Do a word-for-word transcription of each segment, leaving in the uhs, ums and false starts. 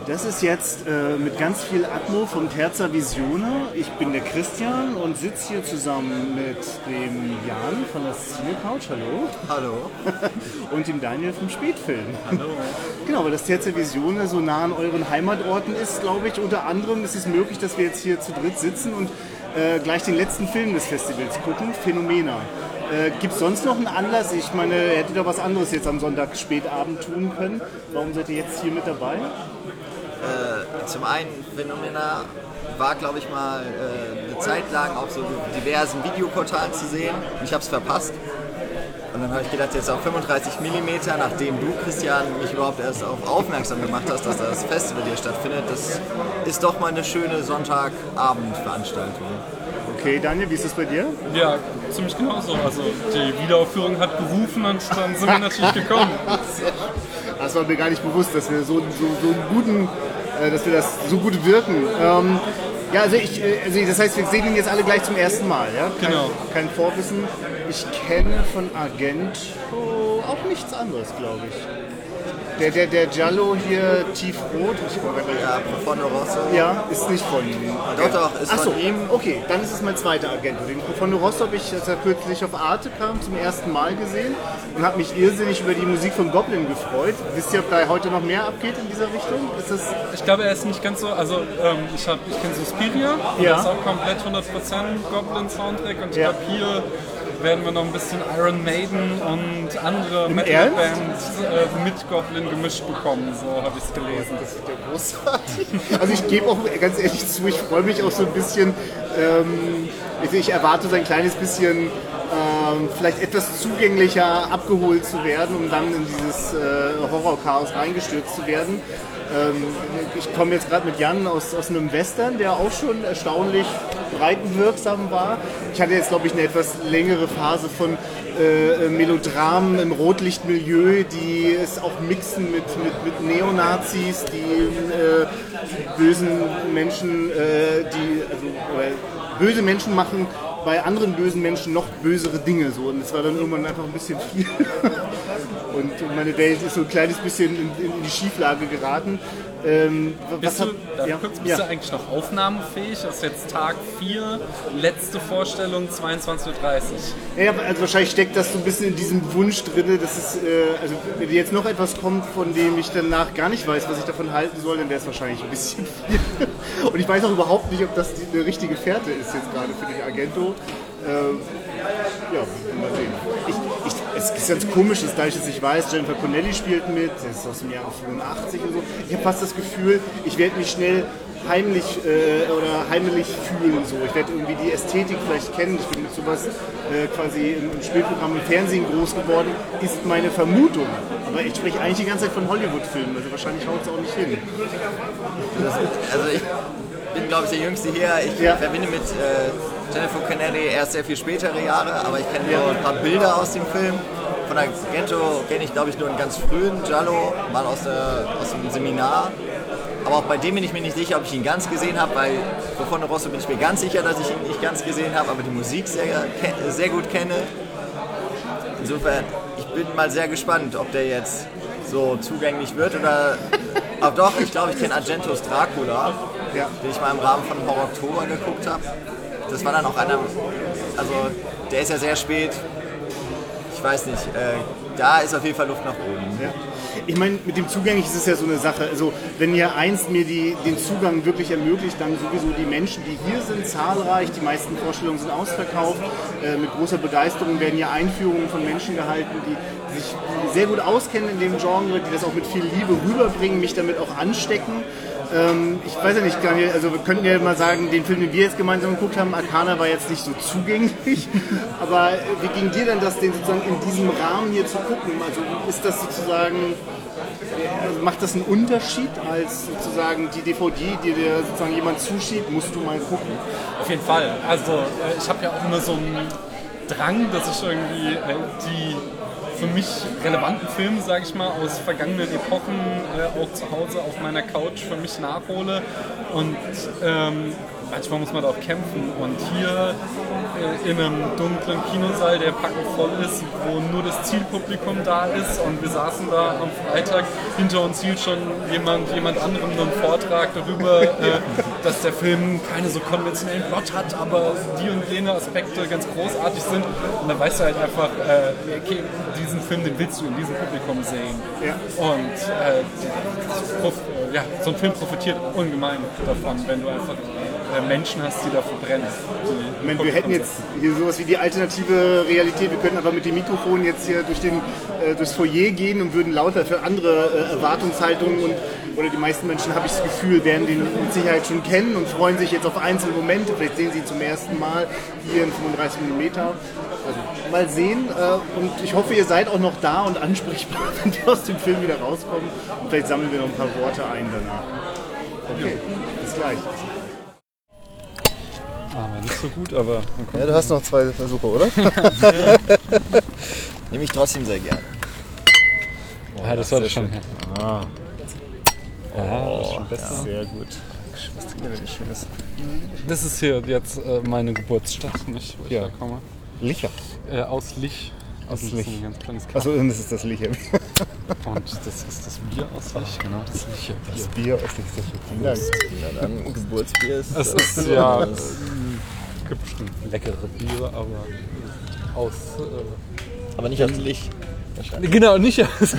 Das ist jetzt äh, mit ganz viel Atmo vom Terza Visione. Ich bin der Christian und sitze hier zusammen mit dem Jan von der Cine Couch. Hallo. Hallo. Und dem Daniel vom Spätfilm. Hallo. Genau, weil das Terza Visione so nah an euren Heimatorten ist, glaube ich. Unter anderem ist es möglich, dass wir jetzt hier zu dritt sitzen und äh, gleich den letzten Film des Festivals gucken, Phänomena. Äh, Gibt es sonst noch einen Anlass? Ich meine, hättet ihr was anderes jetzt am Sonntag spätabend tun können? Warum seid ihr jetzt hier mit dabei? Äh, zum einen, Phänomena war, glaube ich, mal äh, eine Zeit lang auf so diversen Videoportalen zu sehen. Und ich habe es verpasst. Und dann habe ich gedacht, jetzt auf fünfunddreißig Millimeter, nachdem du, Christian, mich überhaupt erst darauf aufmerksam gemacht hast, dass das Festival hier stattfindet, das ist doch mal eine schöne Sonntagabendveranstaltung. Okay, Daniel, wie ist es bei dir? Ja, ziemlich genauso. Also die Wiederaufführung hat gerufen und dann sind wir natürlich gekommen. Das war mir gar nicht bewusst, dass wir so, so, so einen guten, äh, dass wir das so gut wirken. Ähm, ja, also ich, also das heißt, wir sehen ihn jetzt alle gleich zum ersten Mal, ja? Kein, Genau. Kein Vorwissen. Ich kenne von Argento auch nichts anderes, glaube ich. Der, der, der Giallo hier, tiefrot, ich ja, Profondo Rosso. Ja, ist nicht von ihm. Doch, doch, ist Ach so, von ihm. Okay, dann ist es mein zweiter Argento. Den Profondo Rosso habe ich, als er kürzlich auf Arte kam, zum ersten Mal gesehen und habe mich irrsinnig über die Musik von Goblin gefreut. Wisst ihr, ob da heute noch mehr abgeht in dieser Richtung? Ist das ich glaube, er ist nicht ganz so, also ähm, ich, hab, ich kenne Suspiria, ja. Das ist auch komplett hundert Prozent Goblin-Soundtrack und ich ja. glaube, hier werden wir noch ein bisschen Iron Maiden und andere Im Metal-Bands äh, mit Goblin gemischt bekommen, so habe ich es gelesen. Das wird ja großartig. Also ich gebe auch ganz ehrlich zu, ich freue mich auch so ein bisschen, ähm, ich erwarte so ein kleines bisschen ähm, vielleicht etwas zugänglicher abgeholt zu werden, um dann in dieses äh, Horrorchaos reingestürzt zu werden. Ähm, ich komme jetzt gerade mit Jan aus, aus einem Western, der auch schon erstaunlich breitenwirksam war. Ich hatte jetzt, glaube ich, eine etwas längere Phase von äh, Melodramen im Rotlichtmilieu, die es auch mixen mit, mit, mit Neonazis, die äh, bösen Menschen, äh, die also, äh, böse Menschen machen bei anderen bösen Menschen noch bösere Dinge. So. Und es war dann irgendwann einfach ein bisschen viel. Und meine Welt ist so ein kleines bisschen in, in die Schieflage geraten. Ähm, bist was du, hat, ja, kurz, bist ja. du eigentlich noch aufnahmefähig? Das ist jetzt Tag vier, letzte Vorstellung, zweiundzwanzig Uhr dreißig. Ja, also wahrscheinlich steckt das so ein bisschen in diesem Wunsch drin, dass es, äh, also wenn jetzt noch etwas kommt, von dem ich danach gar nicht weiß, was ich davon halten soll, dann wäre es wahrscheinlich ein bisschen viel. Und ich weiß auch überhaupt nicht, ob das die, eine richtige Fährte ist jetzt gerade für den Argento. Ähm, ja, mal sehen. Ich, ich, es ist ganz komisch, dadurch, dass ich weiß, Jennifer Connelly spielt mit, das ist aus dem Jahr fünfundachtzig und so. Ich habe fast das Gefühl, ich werde mich schnell heimlich äh, oder heimelig fühlen. So. Ich werde irgendwie die Ästhetik vielleicht kennen. Ich bin mit sowas äh, quasi im, im Spielprogramm im Fernsehen groß geworden, ist meine Vermutung. Aber ich spreche eigentlich die ganze Zeit von Hollywood-Filmen, also wahrscheinlich haut es auch nicht hin. Also ich bin, glaube ich, der Jüngste hier. Ich ja. verbinde mit äh, Jennifer Connelly erst sehr viel spätere Jahre, aber ich kenne nur ein paar Bilder aus dem Film. Von Argento kenne ich, glaube ich, nur einen ganz frühen Giallo, mal aus, der, aus dem Seminar. Aber auch bei dem bin ich mir nicht sicher, ob ich ihn ganz gesehen habe. Bei Profondo Rosso bin ich mir ganz sicher, dass ich ihn nicht ganz gesehen habe, aber die Musik sehr, sehr gut kenne. Insofern, ich bin mal sehr gespannt, ob der jetzt so zugänglich wird oder... Aber doch, ich glaube, ich kenne Argentos Dracula, ja. den ich mal im Rahmen von Horror Oktober geguckt habe. Das war dann auch einer... Also, der ist ja sehr spät. Ich weiß nicht, äh, da ist auf jeden Fall Luft nach oben. Ja. Ich meine, mit dem zugänglich ist es ja so eine Sache. Also, wenn ihr einst mir die, den Zugang wirklich ermöglicht, dann sowieso die Menschen, die hier sind, zahlreich. Die meisten Vorstellungen sind ausverkauft. Äh, mit großer Begeisterung werden hier Einführungen von Menschen gehalten, die sich sehr gut auskennen in dem Genre, die das auch mit viel Liebe rüberbringen, mich damit auch anstecken. Ähm, ich weiß ja nicht, Daniel, also wir könnten ja mal sagen, den Film, den wir jetzt gemeinsam geguckt haben, Arcana, war jetzt nicht so zugänglich, aber wie ging dir denn das, den sozusagen in diesem Rahmen hier zu gucken? Also ist das sozusagen, also macht das einen Unterschied als sozusagen die D V D, die dir sozusagen jemand zuschiebt, musst du mal gucken? Auf jeden Fall, also ich habe ja auch immer so einen Drang, dass ich irgendwie äh, die für mich relevanten Filme, sage ich mal, aus vergangenen Epochen äh, auch zu Hause auf meiner Couch für mich nachhole. Und ähm, manchmal muss man da auch kämpfen. Und hier äh, in einem dunklen Kinosaal, der packenvoll ist, wo nur das Zielpublikum da ist und wir saßen da am Freitag, hinter uns hielt schon jemand, jemand anderem einen Vortrag darüber, äh, dass der Film keine so konventionellen Plot hat, aber die und jene Aspekte ganz großartig sind. Und dann weißt du halt einfach, äh, okay, diesen Film, den willst du in diesem Publikum sehen. Ja. Und äh, die, ja, so ein Film profitiert ungemein davon, wenn du einfach äh, Menschen hast, die dafür brennen. Ich meine, wir hätten jetzt hier sowas wie die alternative Realität. Wir könnten einfach mit dem Mikrofon jetzt hier durch den, äh, durchs Foyer gehen und würden lauter für andere äh, Erwartungshaltungen und oder die meisten Menschen, habe ich das Gefühl, werden den mit Sicherheit schon kennen und freuen sich jetzt auf einzelne Momente. Vielleicht sehen sie ihn zum ersten Mal hier in fünfunddreißig Millimeter. Also mal sehen. Äh, und ich hoffe, ihr seid auch noch da und ansprechbar, wenn wir aus dem Film wieder rauskommen. Und vielleicht sammeln wir noch ein paar Worte ein danach. Okay, bis gleich. Aber nicht so gut, aber... Ja, du hast noch zwei Versuche, oder? Nehme ich trotzdem sehr gerne. Ja, das war das schon. Ah, Ja, das ist schon besser. sehr gut. Was trinken wir denn Schönes? Das ist hier jetzt äh, meine Geburtsstadt, nicht, wo ich Ja. herkomme. Licher. Äh, aus Lich. Aus Das ist Lich. ein ganz kleines Kaff. Achso, und das ist das Licher. Und das ist das Bier aus Lich, genau, das Liche Das Bier. Bier aus Licher. Vielen Dank. Ja, dann Geburtsbier ist. Es das ist, ja, es gibt bestimmt leckere Biere, aber aus... Äh, aber nicht aus Licht. Wahrscheinlich. genau, nicht aus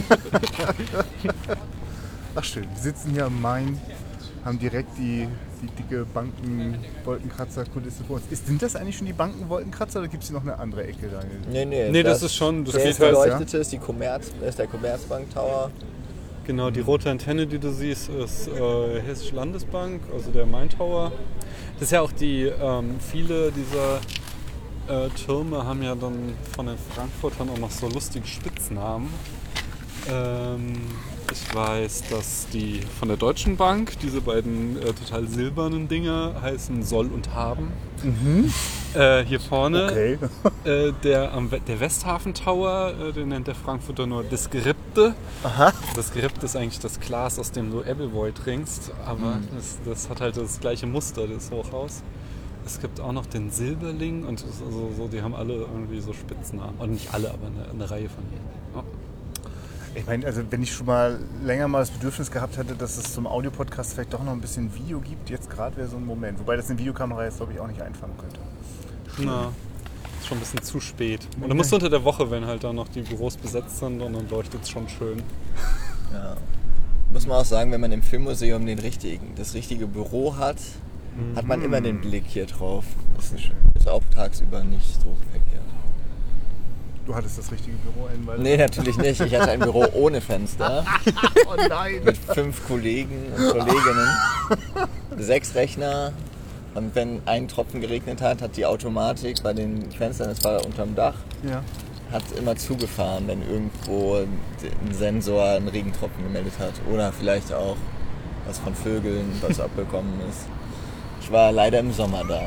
Ach schön, wir sitzen hier am Main, haben direkt die, die dicke Banken-Wolkenkratzer-Kulisse vor uns. Ist, sind das eigentlich schon die Banken-Wolkenkratzer oder gibt es hier noch eine andere Ecke, Daniel? Nee, nee, Nee, das ist schon- das der geht halt, beleuchtete ist, die Commerz, ist der Commerzbank Tower. Genau, die rote Antenne, die du siehst, ist äh, Hessische Landesbank, also der Main Tower. Das ist ja auch die, ähm, viele dieser äh, Türme haben ja dann von den Frankfurtern auch noch so lustige Spitznamen. Ähm, ich weiß, dass die von der Deutschen Bank, diese beiden äh, total silbernen Dinger, heißen Soll und Haben. Äh, hier vorne Okay. äh, der, am We- der Westhafen Tower, äh, den nennt der Frankfurter nur das Gerippte. Aha. Das Gerippte ist eigentlich das Glas, aus dem du Appleboy trinkst, aber das, das hat halt das gleiche Muster, das Hochhaus. Es gibt auch noch den Silberling und es ist also so, die haben alle irgendwie so Spitznamen. Und nicht alle, aber eine, eine Reihe von denen. Ja. Ich meine, also wenn ich schon mal länger mal das Bedürfnis gehabt hätte, dass es zum Audiopodcast vielleicht doch noch ein bisschen Video gibt, jetzt gerade wäre so ein Moment. Wobei das eine Videokamera jetzt, glaube ich, auch nicht einfangen könnte. Na, ist schon ein bisschen zu spät. Und dann musst du unter der Woche, wenn halt dann noch die Büros besetzt sind, und dann leuchtet es schon schön. Ja. Muss man auch sagen, wenn man im Filmmuseum den richtigen, das richtige Büro hat, hat man immer den Blick hier drauf. Das ist, ist auch tagsüber nicht so verkehrt. Du hattest das richtige Büro einmal. Nee, natürlich nicht. Ich hatte ein Büro ohne Fenster. Oh nein. Mit fünf Kollegen und Kolleginnen. Sechs Rechner. Und wenn ein Tropfen geregnet hat, hat die Automatik bei den Fenstern, das war unterm Dach, Ja. hat immer zugefahren, wenn irgendwo ein Sensor einen Regentropfen gemeldet hat. Oder vielleicht auch was von Vögeln, was abgekommen ist. Ich war leider im Sommer da.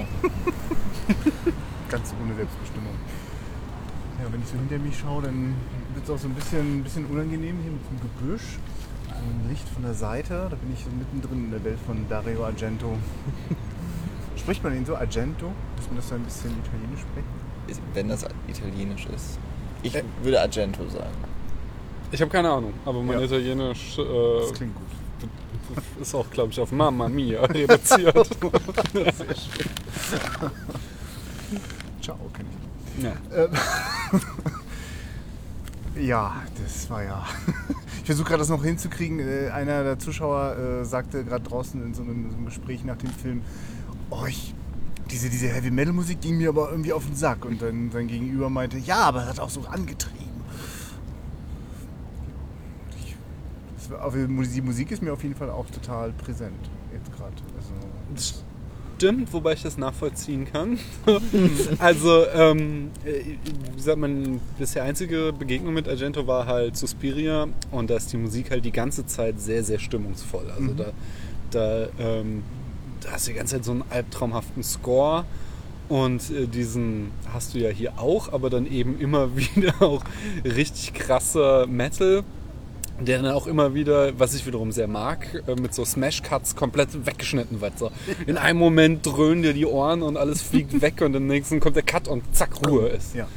Ganz ohne Selbstbestimmung. Ja, wenn ich so hinter mich schaue, dann wird es auch so ein bisschen, ein bisschen unangenehm hier mit dem Gebüsch. So ein Licht von der Seite, da bin ich so mittendrin in der Welt von Dario Argento. Spricht man ihn so, Argento? Muss man das so ein bisschen italienisch sprechen? Wenn das italienisch ist. Ich Äh. würde Argento sagen. Ich habe keine Ahnung, aber mein Ja. Italienisch Das äh, klingt gut. ist auch, glaube ich, auf Mamma Mia reduziert. Ciao, kenn ich. Ja. Ja, das war ja. Ich versuche gerade das noch hinzukriegen. Äh, Einer der Zuschauer äh, sagte gerade draußen in so einem, so einem Gespräch nach dem Film, oh, ich, diese, diese Heavy-Metal-Musik ging mir aber irgendwie auf den Sack. Und dann sein Gegenüber meinte, ja, aber er hat auch so angetrieben. Ich, das war, aber die Musik ist mir auf jeden Fall auch total präsent jetzt gerade. Also, Stimmt, wobei ich das nachvollziehen kann. Also, ähm, wie sagt man, bisher einzige Begegnung mit Argento war halt Suspiria und da ist die Musik halt die ganze Zeit sehr, sehr stimmungsvoll. Also Mhm. da, da, ähm, da hast du die ganze Zeit so einen albtraumhaften Score und äh, diesen hast du ja hier auch, aber dann eben immer wieder auch richtig krasser Metal. der dann auch immer wieder, was ich wiederum sehr mag, mit so Smash-Cuts komplett weggeschnitten wird. So. In einem Moment dröhnen dir die Ohren und alles fliegt weg und im nächsten kommt der Cut und zack, Ruhe ist. Ja.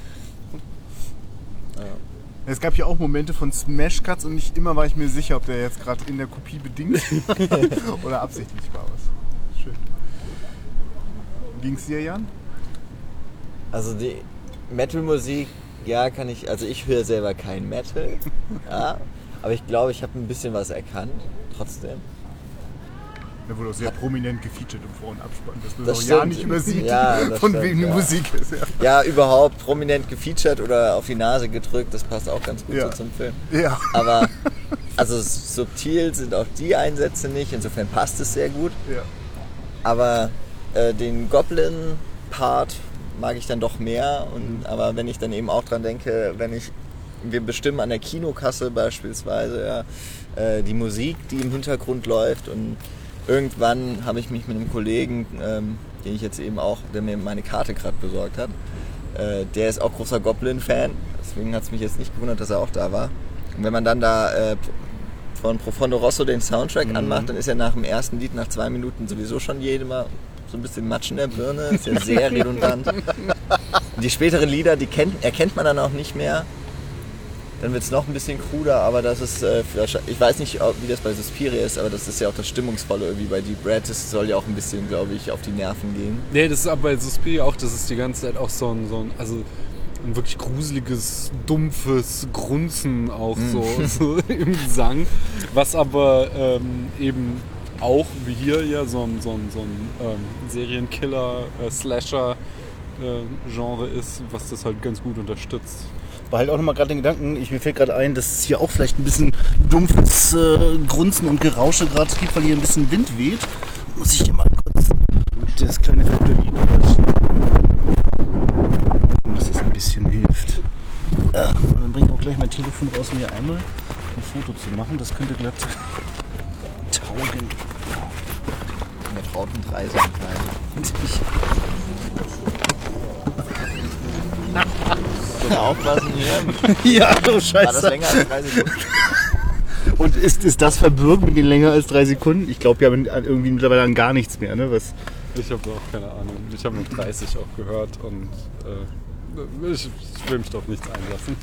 Es gab ja auch Momente von Smash-Cuts und nicht immer war ich mir sicher, ob der jetzt gerade in der Kopie bedingt oder absichtlich war. Was. Schön. Ging es dir, Jan? Also die Metal-Musik, ja, kann ich, also ich höre selber kein Metal, ja, aber ich glaube, ich habe ein bisschen was erkannt, trotzdem. Der wurde auch sehr prominent gefeatured im Vor- und Abspann, dass man Das auch stimmt. ja nicht übersieht, Ja, das von stimmt, wem die ja. Musik ist. Ja. Ja, überhaupt prominent gefeatured oder auf die Nase gedrückt, das passt auch ganz gut Ja. so zum Film. Ja. Aber also subtil sind auch die Einsätze nicht, insofern passt es sehr gut. Ja. Aber äh, den Goblin-Part mag ich dann doch mehr. Und, aber wenn ich dann eben auch dran denke, wenn ich, wir bestimmen an der Kinokasse beispielsweise ja, äh, die Musik, die im Hintergrund läuft, und irgendwann habe ich mich mit einem Kollegen, ähm, den ich jetzt eben auch, der mir meine Karte gerade besorgt hat, äh, der ist auch großer Goblin-Fan, deswegen hat es mich jetzt nicht gewundert, dass er auch da war. Und wenn man dann da äh, von Profondo Rosso den Soundtrack mhm. anmacht, dann ist er nach dem ersten Lied, nach zwei Minuten sowieso schon jedem mal so ein bisschen Matsch in der Birne, ist ja sehr redundant. Die späteren Lieder, die kennt, erkennt man dann auch nicht mehr. Dann wird es noch ein bisschen kruder, aber das ist, äh, ich weiß nicht, wie das bei Suspiria ist, aber das ist ja auch das Stimmungsvolle irgendwie bei Deep Red. Das soll ja auch ein bisschen, glaube ich, auf die Nerven gehen. Nee, das ist aber bei Suspiria auch, das ist die ganze Zeit auch so ein, so ein also ein wirklich gruseliges, dumpfes Grunzen auch mm. so, so im Gesang, was aber ähm, eben auch wie hier ja so ein, so ein, so ein ähm, Serienkiller, äh, Slasher äh, Genre ist, was das halt ganz gut unterstützt. Behalt auch nochmal gerade den Gedanken, ich, mir fällt gerade ein, dass es hier auch vielleicht ein bisschen dumpfes äh, Grunzen und Gerausche gerade gibt, weil hier ein bisschen Wind weht. Muss ich hier mal kurz das kleine Fenster dass das ein bisschen hilft. Ja, und dann bringe ich auch gleich mein Telefon raus, um hier einmal ein Foto zu machen. Das könnte glatt taugen. Eine Trautendreise klein. So aufpassen hier. Ja, du War das Scheiße. länger als drei Sekunden? Und ist, ist das verbürgt mit den länger als drei Sekunden? Ich glaube, wir haben irgendwie mittlerweile an gar nichts mehr. Ne? Was? Ich habe auch keine Ahnung. Ich habe nur dreißig auch gehört und äh, ich, ich will mich doch nichts einlassen.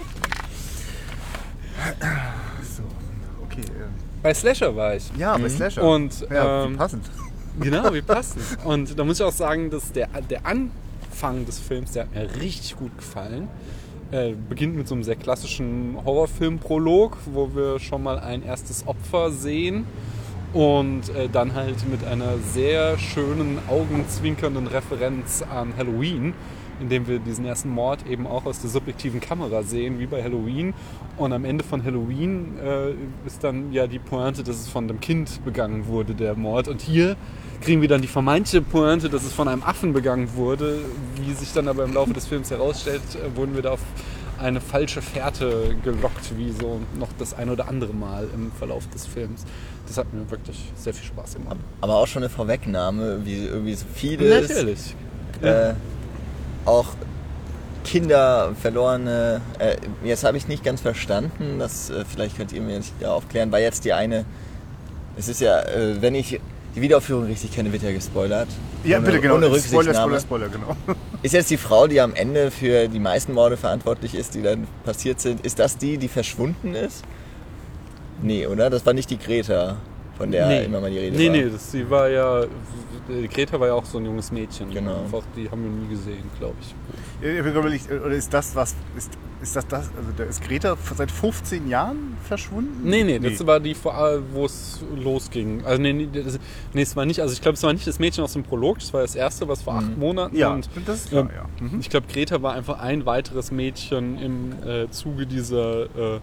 So, okay. Äh. Bei Slasher war ich. Ja, bei Slasher. Und, ja, ähm, wie passend. Genau, wie passend. Und da muss ich auch sagen, dass der, der Anfang des Films, der hat mir richtig gut gefallen. Äh, beginnt mit so einem sehr klassischen Horrorfilm-Prolog, wo wir schon mal ein erstes Opfer sehen. Und äh, dann halt mit einer sehr schönen, augenzwinkernden Referenz an Halloween, indem wir diesen ersten Mord eben auch aus der subjektiven Kamera sehen, wie bei Halloween. Und am Ende von Halloween äh, ist dann ja die Pointe, dass es von einem Kind begangen wurde, der Mord. Und hier kriegen wir dann die vermeintliche Pointe, dass es von einem Affen begangen wurde. Wie sich dann aber im Laufe des Films herausstellt, äh, wurden wir da auf eine falsche Fährte gelockt, wie so noch das ein oder andere Mal im Verlauf des Films. Das hat mir wirklich sehr viel Spaß gemacht. Aber auch schon eine Vorwegnahme, wie irgendwie so vieles. Natürlich. Äh, auch Kinder, verlorene. Äh, jetzt habe ich nicht ganz verstanden, das äh, vielleicht könnt ihr mir jetzt ja aufklären, weil jetzt die eine. Es ist ja, äh, wenn ich die Wiederaufführung richtig kenne, wird ja gespoilert. Ja, ohne, bitte, genau. Ohne Spoiler, Rücksichtnahme. Spoiler, Spoiler, genau. Ist jetzt die Frau, die am Ende für die meisten Morde verantwortlich ist, die dann passiert sind, ist das die, die verschwunden ist? Nee, oder? Das war nicht die Greta, von der nee. immer mal die Rede nee, war. Nee, nee, sie war ja, Greta war ja auch so ein junges Mädchen. Genau. Einfach, die haben wir nie gesehen, glaube ich. Ich habe überlegt, oder ist das was, ist, ist das das, also da ist Greta seit fünfzehn Jahren verschwunden? Nee, nee, das war die, wo es losging. Also nee, nee, das, nee, es war nicht, also ich glaube, es war nicht das Mädchen aus dem Prolog, das war das erste, was vor mhm. acht Monaten. Ja, und, das ist klar, ähm, ja. Mhm. Ich glaube, Greta war einfach ein weiteres Mädchen im äh, Zuge dieser, äh,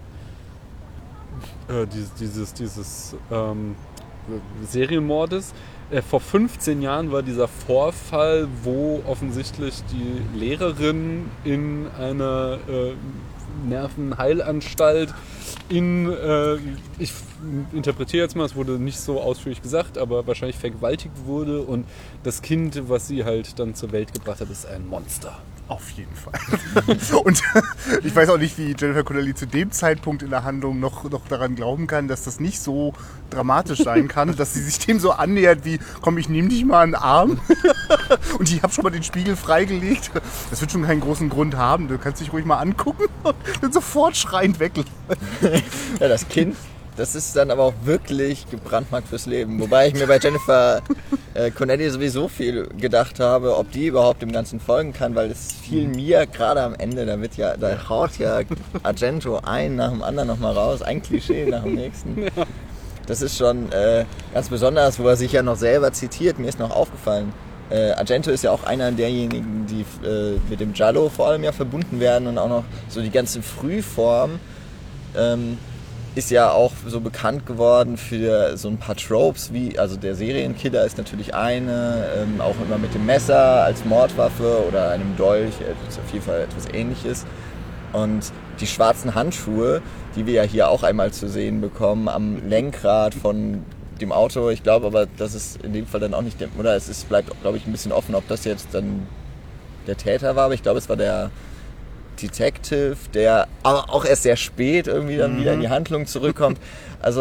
äh, dieses, dieses, dieses ähm, Serienmordes. Äh, vor fünfzehn Jahren war dieser Vorfall, wo offensichtlich die Lehrerin in einer äh, Nervenheilanstalt in, äh, ich interpretiere jetzt mal, es wurde nicht so ausführlich gesagt, aber wahrscheinlich vergewaltigt wurde und das Kind, was sie halt dann zur Welt gebracht hat, ist ein Monster. Auf jeden Fall. Und ich weiß auch nicht, wie Jennifer Connelly zu dem Zeitpunkt in der Handlung noch, noch daran glauben kann, dass das nicht so dramatisch sein kann, dass sie sich dem so annähert wie, komm, ich nehme dich mal in den Arm und ich habe schon mal den Spiegel freigelegt. Das wird schon keinen großen Grund haben. Du kannst dich ruhig mal angucken und dann sofort schreiend weglaufen. Ja, das Kind, das ist dann aber auch wirklich gebrandmarkt fürs Leben. Wobei ich mir bei Jennifer äh, Connelly sowieso viel gedacht habe, ob die überhaupt dem Ganzen folgen kann, weil es fiel mir gerade am Ende, da wird ja, da haut ja Argento ein nach dem anderen nochmal raus, ein Klischee nach dem nächsten. Das ist schon äh, ganz besonders, wo er sich ja noch selber zitiert. Mir ist noch aufgefallen, äh, Argento ist ja auch einer derjenigen, die äh, mit dem Giallo vor allem ja verbunden werden und auch noch so die ganze Frühform ähm, ist ja auch so bekannt geworden für so ein paar Tropes, wie, also der Serienkiller ist natürlich eine, ähm, auch immer mit dem Messer als Mordwaffe oder einem Dolch, also auf jeden Fall etwas Ähnliches. Und die schwarzen Handschuhe, die wir ja hier auch einmal zu sehen bekommen, am Lenkrad von dem Auto, ich glaube aber, das ist in dem Fall dann auch nicht der, oder es ist, bleibt, glaube ich, ein bisschen offen, ob das jetzt dann der Täter war, aber ich glaube, es war der Detective, der aber auch erst sehr spät irgendwie dann mhm. wieder in die Handlung zurückkommt. Also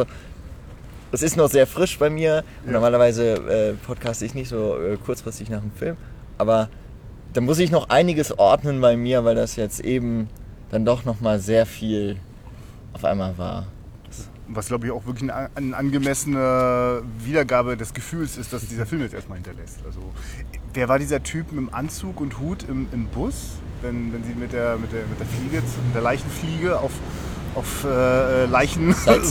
es ist noch sehr frisch bei mir. Ja. Normalerweise äh, podcaste ich nicht so äh, kurzfristig nach dem Film, aber da muss ich noch einiges ordnen bei mir, weil das jetzt eben dann doch nochmal sehr viel auf einmal war. Was, glaube ich, auch wirklich eine an, angemessene Wiedergabe des Gefühls ist, dass dieser Film jetzt erstmal hinterlässt. Also, wer war dieser Typ mit dem Anzug und Hut im, im Bus, wenn, wenn sie mit der, mit der, mit der Fliege, mit der Leichenfliege auf, auf äh, Leichen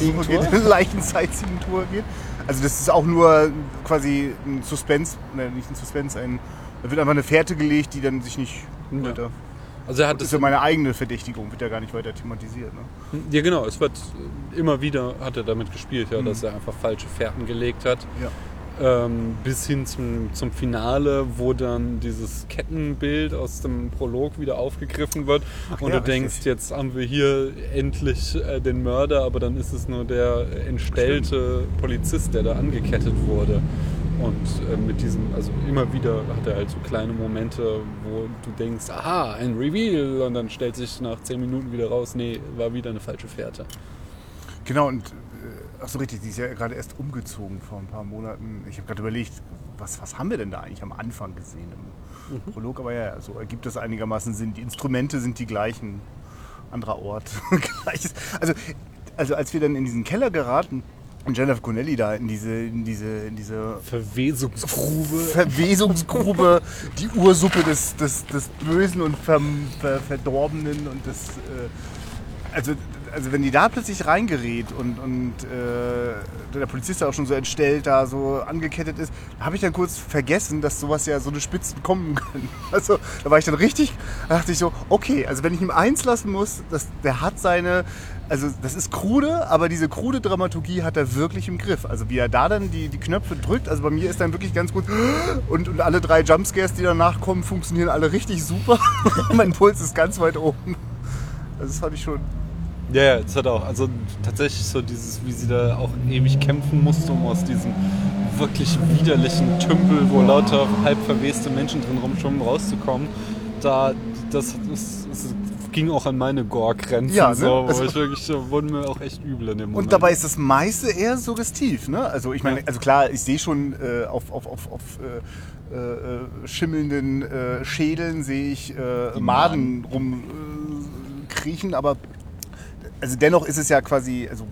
Leichen-Sightseeing-Tour geht? Also das ist auch nur quasi ein Suspense, ne, nicht ein Suspense, ein, da wird einfach eine Fährte gelegt, die dann sich nicht ja. weiter... Also er hat das ist ja meine eigene Verdächtigung, wird ja gar nicht weiter thematisiert. Ne? Ja genau, es wird immer wieder, hat er damit gespielt, ja, mhm. dass er einfach falsche Fährten gelegt hat. Ja. Ähm, bis hin zum, zum Finale, wo dann dieses Kettenbild aus dem Prolog wieder aufgegriffen wird. Ach, und ja, du denkst, richtig. Jetzt haben wir hier endlich äh, den Mörder, aber dann ist es nur der entstellte Stimmt. Polizist, der da angekettet wurde. Und äh, mit diesem, also immer wieder hat er halt so kleine Momente, wo du denkst, aha, ein Reveal, und dann stellt sich nach zehn Minuten wieder raus, nee, war wieder eine falsche Fährte. Genau, und äh, ach so richtig, die ist ja gerade erst umgezogen vor ein paar Monaten. Ich habe gerade überlegt, was, was haben wir denn da eigentlich am Anfang gesehen im mhm. Prolog, aber ja, so ergibt das einigermaßen Sinn. Die Instrumente sind die gleichen, anderer Ort. also, also als wir dann in diesen Keller geraten, und Jennifer Connelly da in diese, in diese, in diese Verwesungsgrube, Verwesungsgrube, die Ursuppe des, des, des Bösen und Ver, Ver, Verdorbenen und des, äh, also, also wenn die da plötzlich reingerät und, und äh, der Polizist auch schon so entstellt da so angekettet ist, da habe ich dann kurz vergessen, dass sowas ja so eine Spitzen kommen können. Also da war ich dann richtig, da dachte ich so, okay, also wenn ich ihm eins lassen muss, das, der hat seine, also das ist krude, aber diese krude Dramaturgie hat er wirklich im Griff. Also wie er da dann die, die Knöpfe drückt, also bei mir ist dann wirklich ganz gut und, und alle drei Jumpscares, die danach kommen, funktionieren alle richtig super. Mein Puls ist ganz weit oben. Also das fand ich schon... Ja, ja, das hat auch, also tatsächlich so dieses, wie sie da auch ewig kämpfen musste, um aus diesem wirklich widerlichen Tümpel, wo lauter halb verweste Menschen drin rumschwimmen, rauszukommen. Da, das, das, das ging auch an meine Gore-Grenzen, ja, ne? so, wo also, ich wirklich, so, wurden mir auch echt übel in dem Moment. Und dabei ist das meiste eher suggestiv, ne? Also ich meine, also klar, ich sehe schon äh, auf, auf, auf, auf äh, äh, schimmelnden äh, Schädeln sehe ich äh, Maden rumkriechen, äh, aber also dennoch ist es ja quasi, also,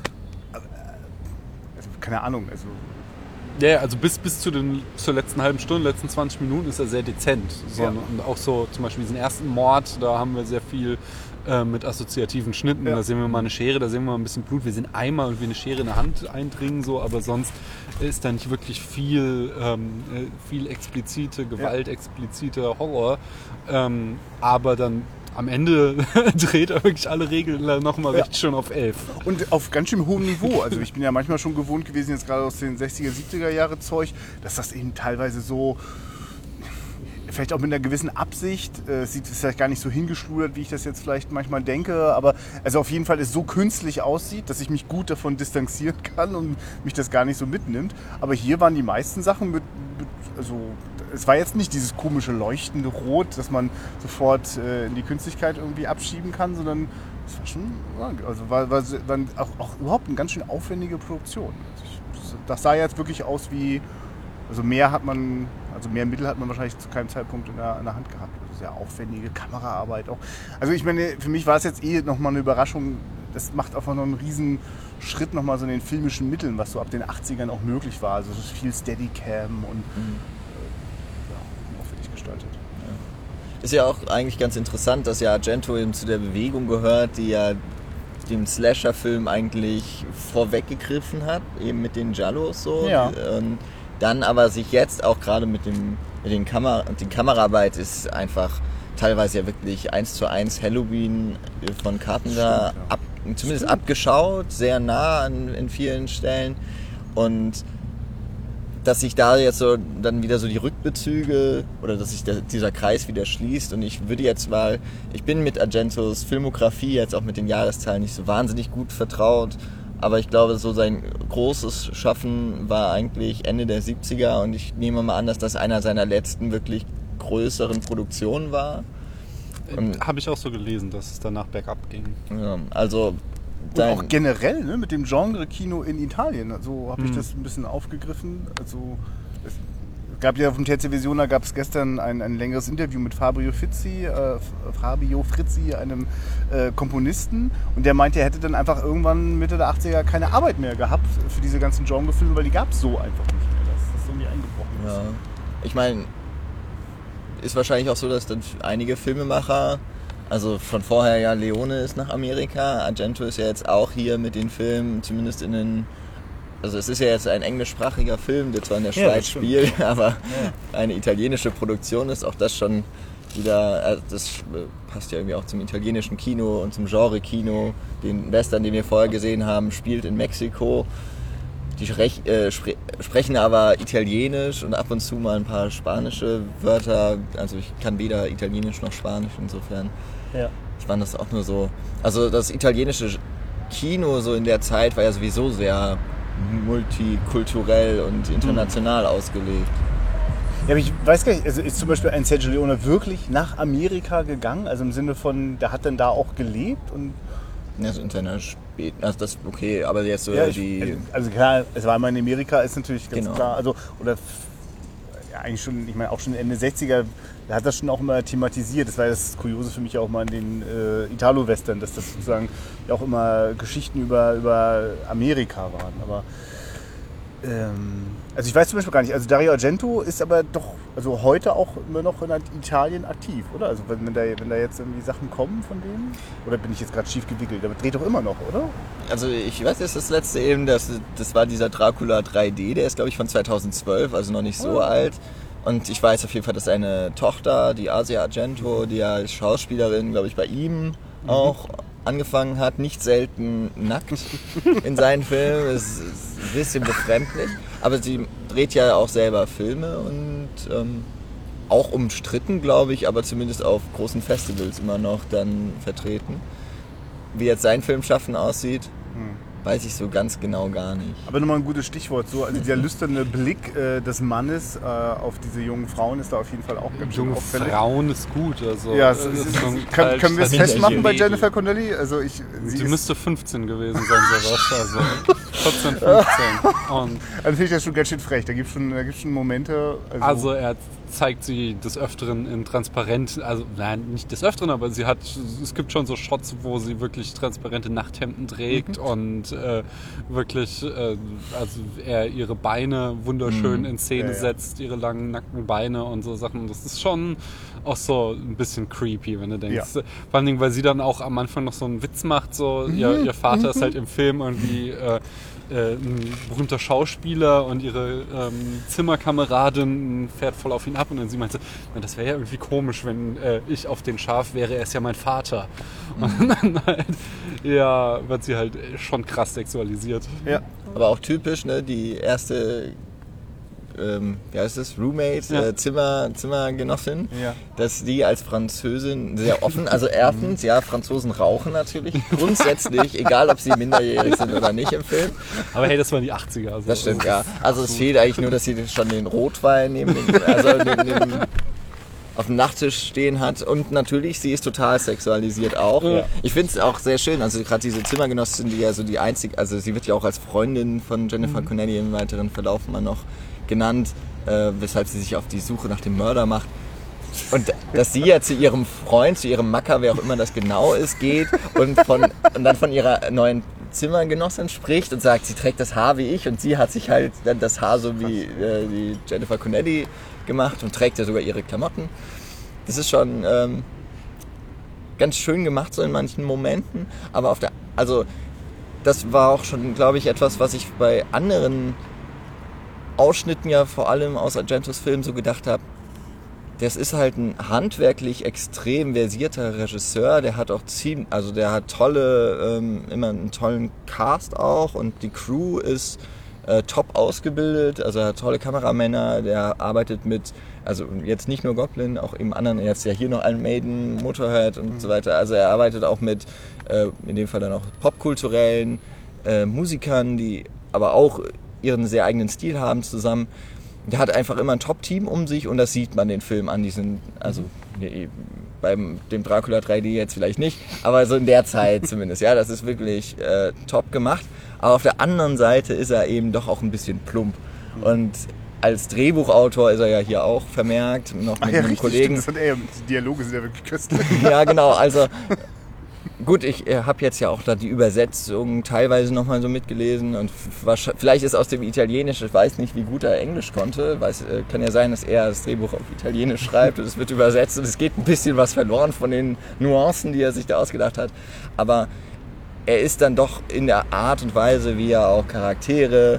also keine Ahnung, also... Ja, also bis, bis zu den, zur letzten halben Stunde, letzten zwanzig Minuten ist er sehr dezent. So, ja. Und auch so zum Beispiel diesen ersten Mord, da haben wir sehr viel äh, mit assoziativen Schnitten. Ja. Da sehen wir mal eine Schere, da sehen wir mal ein bisschen Blut. Wir sehen einmal und wie eine Schere in der Hand eindringen, so, aber sonst ist da nicht wirklich viel, ähm, viel explizite Gewalt, ja. expliziter Horror. Ähm, aber dann... Am Ende dreht er wirklich alle Regeln nochmal ja. recht schön auf elf. Und auf ganz schön hohem Niveau. Also ich bin ja manchmal schon gewohnt gewesen, jetzt gerade aus den sechziger, siebziger Jahre Zeug, dass das eben teilweise so, vielleicht auch mit einer gewissen Absicht, äh, sieht es vielleicht gar nicht so hingeschludert, wie ich das jetzt vielleicht manchmal denke, aber also auf jeden Fall es so künstlich aussieht, dass ich mich gut davon distanzieren kann und mich das gar nicht so mitnimmt. Aber hier waren die meisten Sachen mit, mit also es war jetzt nicht dieses komische leuchtende Rot, das man sofort äh, in die Künstlichkeit irgendwie abschieben kann, sondern es war schon, also war, war, war auch, auch überhaupt eine ganz schön aufwendige Produktion. Also ich, das sah jetzt wirklich aus wie, also mehr hat man, also mehr Mittel hat man wahrscheinlich zu keinem Zeitpunkt in der, in der Hand gehabt. Sehr aufwendige Kameraarbeit auch. Also ich meine, für mich war es jetzt eh nochmal eine Überraschung. Das macht einfach noch einen riesen Schritt nochmal so in den filmischen Mitteln, was so ab den achtzigern auch möglich war. Also es ist viel Steadicam und mhm. äh, ja, aufwendig gestaltet. Ja. Ist ja auch eigentlich ganz interessant, dass ja Argento eben zu der Bewegung gehört, die ja dem Slasher-Film eigentlich vorweggegriffen hat, eben mit den Giallos so. Ja. Und dann aber sich jetzt auch gerade mit dem mit den Kamera und die Kameraarbeit ist einfach teilweise ja wirklich eins zu eins Halloween von Carpenter Stimmt, ja. ab, zumindest Stimmt. abgeschaut, sehr nah an in vielen Stellen und dass sich da jetzt so dann wieder so die Rückbezüge oder dass sich der, dieser Kreis wieder schließt und ich würde jetzt mal, ich bin mit Argentos Filmografie jetzt auch mit den Jahreszahlen nicht so wahnsinnig gut vertraut, aber ich glaube, so sein großes Schaffen war eigentlich Ende der siebziger und ich nehme mal an, dass das einer seiner letzten wirklich größeren Produktionen war. Habe ich auch so gelesen, dass es danach bergab ging. Ja, also und auch generell ne, mit dem Genre-Kino in Italien. So habe ich Mhm. das ein bisschen aufgegriffen. Also es gab ja auf dem Terza Visione gab es gestern ein, ein längeres Interview mit Fabio Frizzi, äh, Fabio Frizzi, einem äh, Komponisten. Und der meinte, er hätte dann einfach irgendwann Mitte der achtziger keine Arbeit mehr gehabt für diese ganzen Genre-Filme, weil die gab es so einfach nicht mehr. Das ist irgendwie eingebrochen. Ja. Ich meine, ist wahrscheinlich auch so, dass dann einige Filmemacher, also von vorher ja Leone ist nach Amerika, Argento ist ja jetzt auch hier mit den Filmen, zumindest in den, also es ist ja jetzt ein englischsprachiger Film, der zwar in der Ja, Schweiz das stimmt. spielt, aber Ja. eine italienische Produktion ist, auch das schon wieder, also das passt ja irgendwie auch zum italienischen Kino und zum Genre-Kino. Den Western, den wir vorher gesehen haben, spielt in Mexiko. Die sprech, äh, spre- sprechen aber Italienisch und ab und zu mal ein paar spanische Wörter. Also ich kann weder Italienisch noch Spanisch, insofern. Ja. Ich fand das auch nur so. Also das italienische Kino so in der Zeit war ja sowieso sehr multikulturell und international ausgelegt. Ja, aber ich weiß gar nicht, also ist zum Beispiel ein Sergio Leone wirklich nach Amerika gegangen? Also im Sinne von, der hat dann da auch gelebt und Ja, so in seiner spät, also das okay, aber jetzt so ja, ich, die. also, also klar, es war mal in Amerika, ist natürlich ganz Genau. klar, also oder f- ja, eigentlich schon, ich meine auch schon Ende sechziger, da hat das schon auch immer thematisiert. Das war das Kuriose für mich auch mal in den äh, Italo-Western, dass das sozusagen ja auch immer Geschichten über, über Amerika waren. Aber ähm, also ich weiß zum Beispiel gar nicht, also Dario Argento ist aber doch, also heute auch immer noch in Italien aktiv, oder? Also wenn, wenn, da, wenn da jetzt irgendwie Sachen kommen von denen, oder bin ich jetzt gerade schief gewickelt? Aber dreht doch immer noch, oder? Also ich weiß jetzt das letzte eben, das, das war dieser Dracula drei D, der ist glaube ich von zweitausendzwölf, also noch nicht so Oh. alt. Und ich weiß auf jeden Fall, dass seine Tochter, die Asia Argento, die ja als Schauspielerin, glaube ich, bei ihm Mhm. auch angefangen hat, nicht selten nackt in seinen Filmen. Das ist ein bisschen befremdlich. Aber sie dreht ja auch selber Filme und ähm, auch umstritten, glaube ich, aber zumindest auf großen Festivals immer noch dann vertreten. Wie jetzt sein Filmschaffen aussieht, weiß ich so ganz genau gar nicht. Aber nochmal ein gutes Stichwort, so, also dieser lüsterne Blick äh, des Mannes äh, auf diese jungen Frauen ist da auf jeden Fall auch ganz schön Junge auffällig. Frauen ist gut. Also, Ja, es, das es, ist es, so ein können, Teil- können wir es Teil- festmachen bei Mädel. Jennifer Connelly? Also ich, sie Sie ist, müsste fünfzehn gewesen sein, sowas. Also vierzehn, fünfzehn. Und also finde ich das schon ganz schön frech. Da gibt es schon, da gibt's schon Momente. Also, also er zeigt sie des Öfteren in transparent, also nein, nicht des Öfteren, aber sie hat, es gibt schon so Shots, wo sie wirklich transparente Nachthemden trägt Mhm. und äh, wirklich, äh, also er ihre Beine wunderschön Mhm. in Szene Ja, ja. setzt, ihre langen, nackten Beine und so Sachen. Das ist schon auch so ein bisschen creepy, wenn du denkst. Ja. Vor allen Dingen, weil sie dann auch am Anfang noch so einen Witz macht, so ihr, ihr Vater ist halt im Film irgendwie äh, äh, ein berühmter Schauspieler und ihre ähm, Zimmerkameradin fährt voll auf ihn ab und dann sie meinte, na, das wäre ja irgendwie komisch, wenn äh, ich auf den Schaf wäre, er ist ja mein Vater. Und dann halt, ja, wird sie halt schon krass sexualisiert. ja. Aber auch typisch, ne, die erste ähm, wie heißt es, Roommate, Ja. äh, Zimmer, Zimmergenossin, Ja. dass die als Französin sehr offen, also erstens, ja, Franzosen rauchen natürlich, grundsätzlich, egal ob sie minderjährig sind oder nicht im Film. Aber hey, das waren die achtziger. Also Das stimmt, ja. Also es fehlt eigentlich nur, dass sie schon den Rotwein neben dem, also neben dem, auf dem Nachttisch stehen hat. Und natürlich, sie ist total sexualisiert auch. Ja. Ich finde es auch sehr schön, also gerade diese Zimmergenossin, die ja so die einzige, also sie wird ja auch als Freundin von Jennifer Mhm. Connelly im weiteren Verlauf mal noch genannt, äh, weshalb sie sich auf die Suche nach dem Mörder macht. Und dass sie ja zu ihrem Freund, zu ihrem Macker, wer auch immer das genau ist, geht und, von, und dann von ihrer neuen Zimmergenossin spricht und sagt, sie trägt das Haar wie ich und sie hat sich halt dann das Haar so wie äh, die Jennifer Connelly gemacht und trägt ja sogar ihre Klamotten. Das ist schon ähm, ganz schön gemacht so in manchen Momenten, aber auf der, also das war auch schon, glaube ich, etwas, was ich bei anderen Ausschnitten ja vor allem aus Argentos Film so gedacht habe. Das ist halt ein handwerklich extrem versierter Regisseur, der hat auch ziemlich, also der hat tolle, ähm, immer einen tollen Cast auch und die Crew ist äh, top ausgebildet, also er hat tolle Kameramänner, der arbeitet mit, also jetzt nicht nur Goblin, auch eben anderen, jetzt ja hier noch Iron Maiden, Motorhead und mhm. so weiter, also er arbeitet auch mit, äh, in dem Fall dann auch popkulturellen äh, Musikern, die aber auch ihren sehr eigenen Stil haben zusammen. Der hat einfach immer ein Top-Team um sich und das sieht man den Film an. Die sind, also nee, beim dem Dracula drei D jetzt vielleicht nicht, aber so in der Zeit zumindest. Ja, das ist wirklich äh, top gemacht. Aber auf der anderen Seite ist er eben doch auch ein bisschen plump. Und als Drehbuchautor ist er ja hier auch vermerkt, noch mit Ach ja, einem richtig, Kollegen. stimmt, das hat er, die Dialoge sind ja wirklich köstlich. Ja, genau, also gut, ich äh, habe jetzt ja auch da die Übersetzung teilweise nochmal so mitgelesen und f- vielleicht ist aus dem Italienisch, ich weiß nicht, wie gut er Englisch konnte, weiß, äh, kann ja sein, dass er das Drehbuch auf Italienisch schreibt und es wird übersetzt und es geht ein bisschen was verloren von den Nuancen, die er sich da ausgedacht hat, aber er ist dann doch in der Art und Weise, wie er auch Charaktere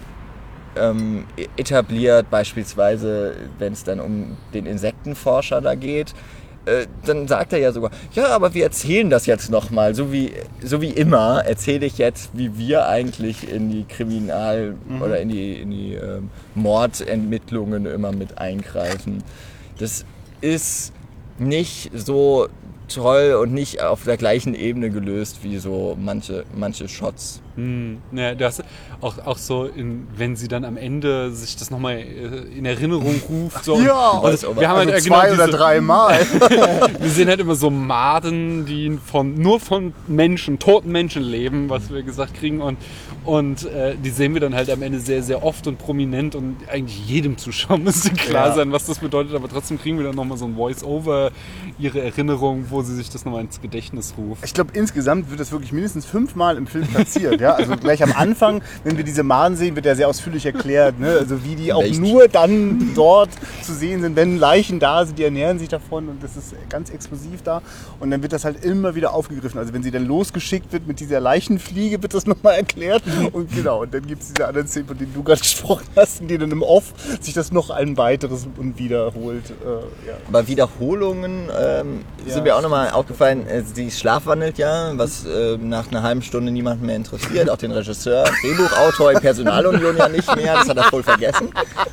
ähm, etabliert, beispielsweise wenn es dann um den Insektenforscher da geht, dann sagt er ja sogar, ja, aber wir erzählen das jetzt nochmal, so wie, so wie immer erzähle ich jetzt, wie wir eigentlich in die Kriminal- mhm. oder in die, in die ähm, Mordermittlungen immer mit eingreifen. Das ist nicht so toll und nicht auf der gleichen Ebene gelöst wie so manche, manche Shots. Hm, ja, das auch, auch so, in, wenn sie dann am Ende sich das nochmal in Erinnerung ruft. So, ja, und das, wir haben also halt zwei genau oder diese, drei Mal. wir sehen halt immer so Maden, die von, nur von Menschen, toten Menschen leben, was wir gesagt kriegen. Und, und äh, die sehen wir dann halt am Ende sehr, sehr oft und prominent. Und eigentlich jedem Zuschauer müsste klar ja. sein, was das bedeutet. Aber trotzdem kriegen wir dann nochmal so ein Voice-Over, ihre Erinnerung, wo sie sich das nochmal ins Gedächtnis ruft. Ich glaube, insgesamt wird das wirklich mindestens fünfmal im Film platziert. Ja? Also gleich am Anfang, wenn wir diese Maden sehen, wird ja sehr ausführlich erklärt, ne? Also wie die auch Echt? nur dann dort zu sehen sind, wenn Leichen da sind, die ernähren sich davon und das ist ganz explosiv da. Und dann wird das halt immer wieder aufgegriffen. Also wenn sie dann losgeschickt wird mit dieser Leichenfliege, wird das nochmal erklärt. Und genau, und dann gibt es diese anderen Szenen, von denen du gerade gesprochen hast, in denen im Off sich das noch ein weiteres und wiederholt. Äh, ja. Bei Wiederholungen ähm, Ja. sind mir auch nochmal aufgefallen, äh, sie schlafwandelt ja, was äh, nach einer halben Stunde niemanden mehr interessiert, auch den Regisseur, Drehbuchautor in Personalunion ja nicht mehr, das hat er voll vergessen.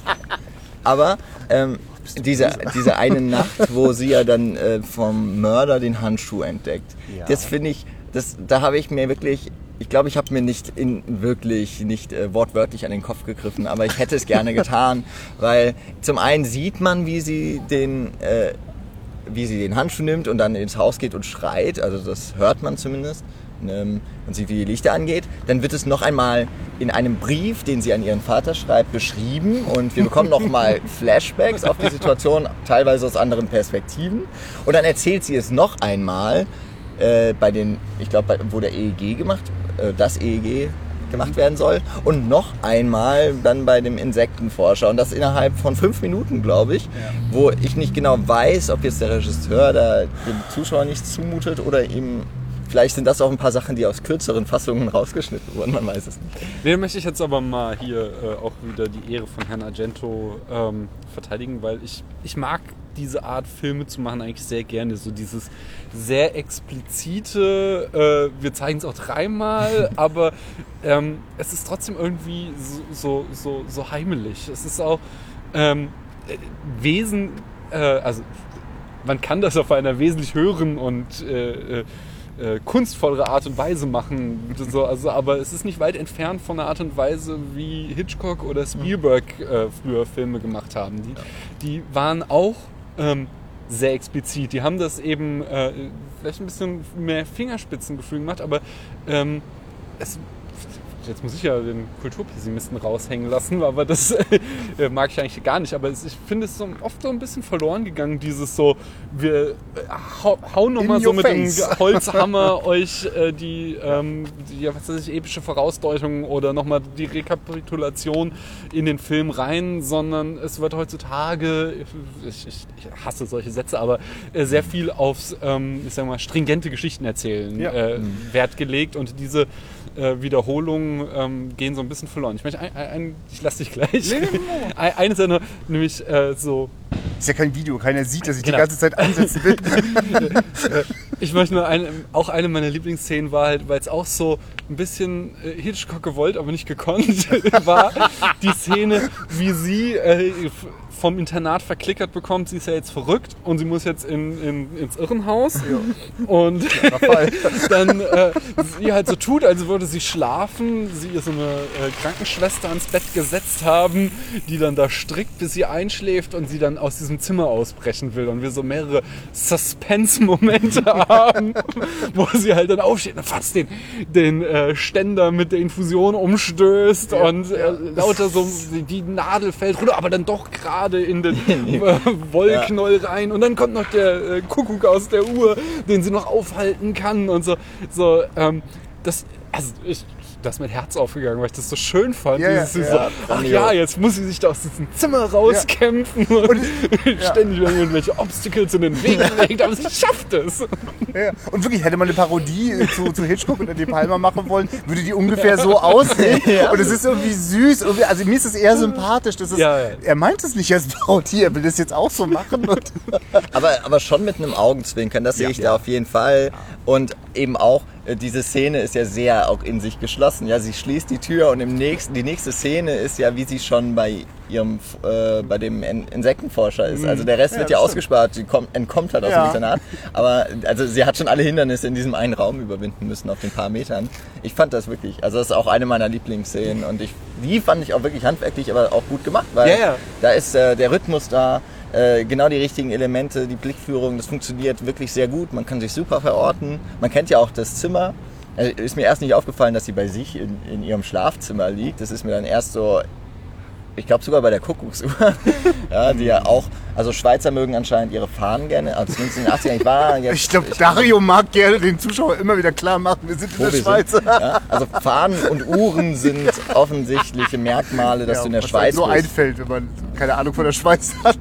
Aber ähm, diese, diese eine Nacht, wo sie ja dann äh, vom Mörder den Handschuh entdeckt, Ja. das finde ich, das, da habe ich mir wirklich, ich glaube, ich habe mir nicht in, wirklich nicht äh, wortwörtlich an den Kopf gegriffen, aber ich hätte es gerne getan, weil zum einen sieht man, wie sie den äh, wie sie den Handschuh nimmt und dann ins Haus geht und schreit, also das hört man zumindest, ähm, und sieht, wie die Lichter angeht. Dann wird es noch einmal in einem Brief, den sie an ihren Vater schreibt, beschrieben und wir bekommen noch mal Flashbacks auf die Situation, teilweise aus anderen Perspektiven. Und dann erzählt sie es noch einmal äh, bei den, ich glaube, wo der E E G gemacht, äh, das E E G gemacht werden soll und noch einmal dann bei dem Insektenforscher und das innerhalb von fünf Minuten, glaube ich, ja. Wo ich nicht genau weiß, ob jetzt der Regisseur da dem Zuschauer nichts zumutet oder ihm vielleicht sind das auch ein paar Sachen, die aus kürzeren Fassungen rausgeschnitten wurden, man weiß es nicht. Nee, möchte ich jetzt aber mal hier äh, auch wieder die Ehre von Herrn Argento ähm, verteidigen, weil ich, ich mag diese Art Filme zu machen eigentlich sehr gerne. So dieses sehr explizite, äh, wir zeigen es auch dreimal, aber ähm, es ist trotzdem irgendwie so, so, so, so heimelig. Es ist auch ähm, Wesen, äh, also man kann das auf einer wesentlich höheren und äh, äh, kunstvollere Art und Weise machen. So, also, aber es ist nicht weit entfernt von der Art und Weise, wie Hitchcock oder Spielberg äh, früher Filme gemacht haben. Die, die waren auch ähm, sehr explizit. Die haben das eben äh, vielleicht ein bisschen mehr Fingerspitzengefühl gemacht, aber ähm, es jetzt muss ich ja den Kulturpessimisten raushängen lassen, aber das äh, mag ich eigentlich gar nicht. Aber es, ich finde es so oft so ein bisschen verloren gegangen, dieses so, wir äh, hau, hauen nochmal so mit dem Holzhammer euch äh, die, ähm, die was weiß ich, epische Vorausdeutung oder nochmal die Rekapitulation in den Film rein, sondern es wird heutzutage, ich, ich, ich hasse solche Sätze, aber äh, sehr viel aufs, ähm, ich sag mal, stringente Geschichten erzählen ja. äh, Wert gelegt und diese Äh, Wiederholungen ähm, gehen so ein bisschen verloren. Ich möchte, ein, ein, ich lasse dich gleich. Nee, ein, eine Sache, nämlich äh, so. Ist ja kein Video, keiner sieht, dass ich genau. die ganze Zeit ansetzen will. Ich möchte nur, eine, auch eine meiner Lieblingsszenen war halt, weil es auch so ein bisschen äh, Hitchcock gewollt, aber nicht gekonnt war, die Szene, wie sie äh, vom Internat verklickert bekommt, sie ist ja jetzt verrückt und sie muss jetzt in, in, ins Irrenhaus ja. und dann äh, sie halt so tut, als würde sie schlafen, sie ihr so eine äh, Krankenschwester ans Bett gesetzt haben, die dann da strickt, bis sie einschläft und sie dann aus diesem Zimmer ausbrechen will und wir so mehrere Suspense-Momente haben, wo sie halt dann aufsteht und fast den, den äh, Ständer mit der Infusion umstößt ja, und äh, ja. lauter so, die Nadel fällt runter, aber dann doch gerade in den äh, Wollknoll ja. rein und dann kommt noch der äh, Kuckuck aus der Uhr, den sie noch aufhalten kann und so. so ähm, das, also ich, das ist mein Herz aufgegangen, weil ich das so schön fand. Ja, ja, ja. So, ach ja, jetzt muss sie sich da aus diesem Zimmer rauskämpfen ja. und, und ständig ja. irgendwelche Obstacles in den Weg legt, aber sie schafft es. Ja. Und wirklich, hätte man eine Parodie zu, zu Hitchcock und De Palma machen wollen, würde die ungefähr so aussehen. Ja. Und es ist irgendwie süß. Irgendwie, also mir ist es eher sympathisch. Das ist, ja, ja. Er meint es nicht als Parodie, er will das jetzt auch so machen. Und aber, aber schon mit einem Augenzwinkern, das sehe ich ja. da auf jeden Fall. Und eben auch, diese Szene ist ja sehr auch in sich geschlossen. Ja, sie schließt die Tür und im nächsten, die nächste Szene ist ja, wie sie schon bei ihrem, äh, bei dem Insektenforscher ist. Also der Rest ja, wird ja ausgespart, sie kommt, entkommt halt aus ja. dem Internat. Aber also sie hat schon alle Hindernisse in diesem einen Raum überwinden müssen auf den paar Metern. Ich fand das wirklich, also das ist auch eine meiner Lieblingsszenen und ich, die fand ich auch wirklich handwerklich, aber auch gut gemacht, weil ja, ja. da ist äh, der Rhythmus da. Äh, genau die richtigen Elemente, die Blickführung, das funktioniert wirklich sehr gut. Man kann sich super verorten. Man kennt ja auch das Zimmer. Also ist mir erst nicht aufgefallen, dass sie bei sich in, in ihrem Schlafzimmer liegt. Das ist mir dann erst so, ich glaube sogar bei der Kuckucksuhr, ja, die ja auch, also Schweizer mögen anscheinend ihre Fahnen gerne, also zumindest in den achtzigern. Ich war jetzt, ich glaube, Dario mag gerne den Zuschauer immer wieder klar machen, wir sind in der Schweiz. Sind, ja? Also Fahnen und Uhren sind offensichtliche Merkmale, dass ja, du in der Schweiz so bist. einfällt, wenn man keine Ahnung von der Schweiz hat.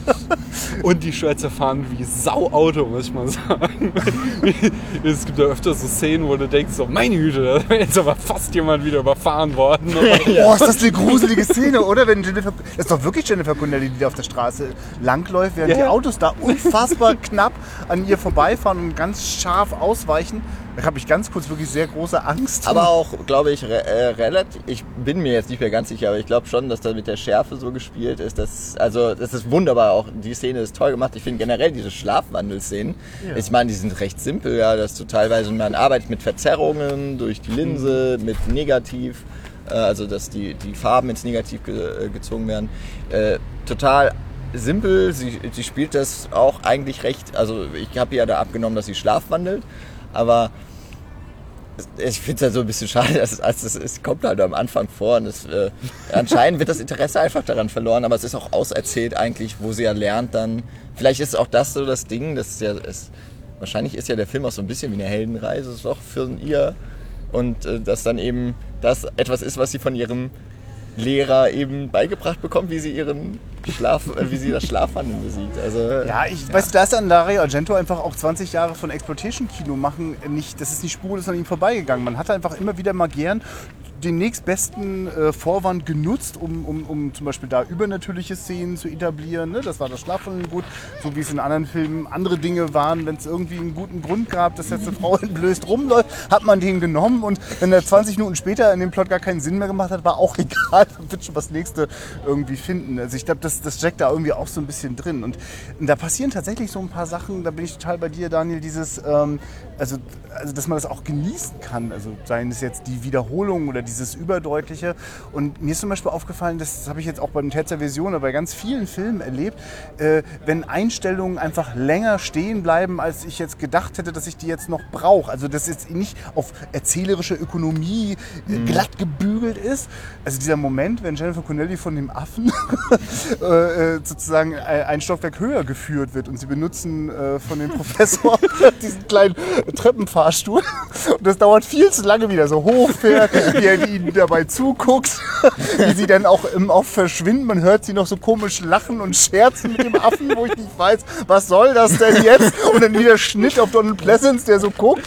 Und die Schweizer fahren wie Sauauto, muss ich mal sagen. Es gibt ja öfter so Szenen, wo du denkst, so, meine Güte, da wäre jetzt aber fast jemand wieder überfahren worden. Ja. Boah, ist das eine gruselige Szene, oder? Wenn Jennifer, das ist doch wirklich Jennifer Connelly, die da auf der Straße langläuft, während ja. die Autos da unfassbar knapp an ihr vorbeifahren und ganz scharf ausweichen. Da habe ich ganz kurz wirklich sehr große Angst. Aber auch, glaube ich, re- äh, relativ, ich bin mir jetzt nicht mehr ganz sicher, aber ich glaube schon, dass da mit der Schärfe so gespielt ist. Dass, also das ist wunderbar, auch die Szene ist toll gemacht. Ich finde generell diese Schlafwandelszenen, ja. ich meine, die sind recht simpel, ja, dass du teilweise, man arbeitet mit Verzerrungen durch die Linse, mhm. mit Negativ, äh, also dass die, die Farben ins Negativ ge- gezogen werden. Äh, total simpel, sie, sie spielt das auch eigentlich recht, also ich habe ja da abgenommen, dass sie schlafwandelt. Aber ich finde es halt so ein bisschen schade, dass es, also es, es kommt halt am Anfang vor und es, äh, anscheinend wird das Interesse einfach daran verloren, aber es ist auch auserzählt eigentlich, wo sie ja lernt dann. Vielleicht ist auch das so das Ding, dass ja es, wahrscheinlich ist ja der Film auch so ein bisschen wie eine Heldenreise, ist auch für ihr und äh, dass dann eben das etwas ist, was sie von ihrem Lehrer eben beigebracht bekommt, wie sie ihren Schlaf, äh, wie sie das Schlafwandeln besiegt. Also, ja, ich ja. weiß, da ist an Dario Argento einfach auch zwanzig Jahre von Exploitation-Kino machen, nicht, das ist nicht spurlos an ihm vorbeigegangen. Man hat einfach immer wieder mal gern den nächstbesten äh, Vorwand genutzt, um, um, um zum Beispiel da übernatürliche Szenen zu etablieren. Ne? Das war das Schlafwandeln gut, so wie es in anderen Filmen andere Dinge waren. Wenn es irgendwie einen guten Grund gab, dass jetzt eine Frau entblößt rumläuft, hat man den genommen und wenn er zwanzig Minuten später in dem Plot gar keinen Sinn mehr gemacht hat, war auch egal, dann wird schon was Nächste irgendwie finden. Also ich glaube, das, das steckt da irgendwie auch so ein bisschen drin. Und, und da passieren tatsächlich so ein paar Sachen, da bin ich total bei dir, Daniel, dieses, ähm, also, also dass man das auch genießen kann. Also seien es jetzt die Wiederholung oder die dieses Überdeutliche. Und mir ist zum Beispiel aufgefallen, das, das habe ich jetzt auch beim Terza Vision, aber bei ganz vielen Filmen erlebt, äh, wenn Einstellungen einfach länger stehen bleiben, als ich jetzt gedacht hätte, dass ich die jetzt noch brauche. Also dass jetzt nicht auf erzählerische Ökonomie äh, mhm. glatt gebügelt ist. Also dieser Moment, wenn Jennifer Connelly von dem Affen äh, sozusagen ein Stockwerk höher geführt wird und sie benutzen äh, von dem Professor diesen kleinen Treppenfahrstuhl und das dauert viel zu lange, wie der so hochfährt, wie er ihnen dabei zuguckt, wie sie dann auch im Off verschwinden. Man hört sie noch so komisch lachen und scherzen mit dem Affen, wo ich nicht weiß, was soll das denn jetzt? Und dann wieder Schnitt auf Donald Pleasence, der so guckt.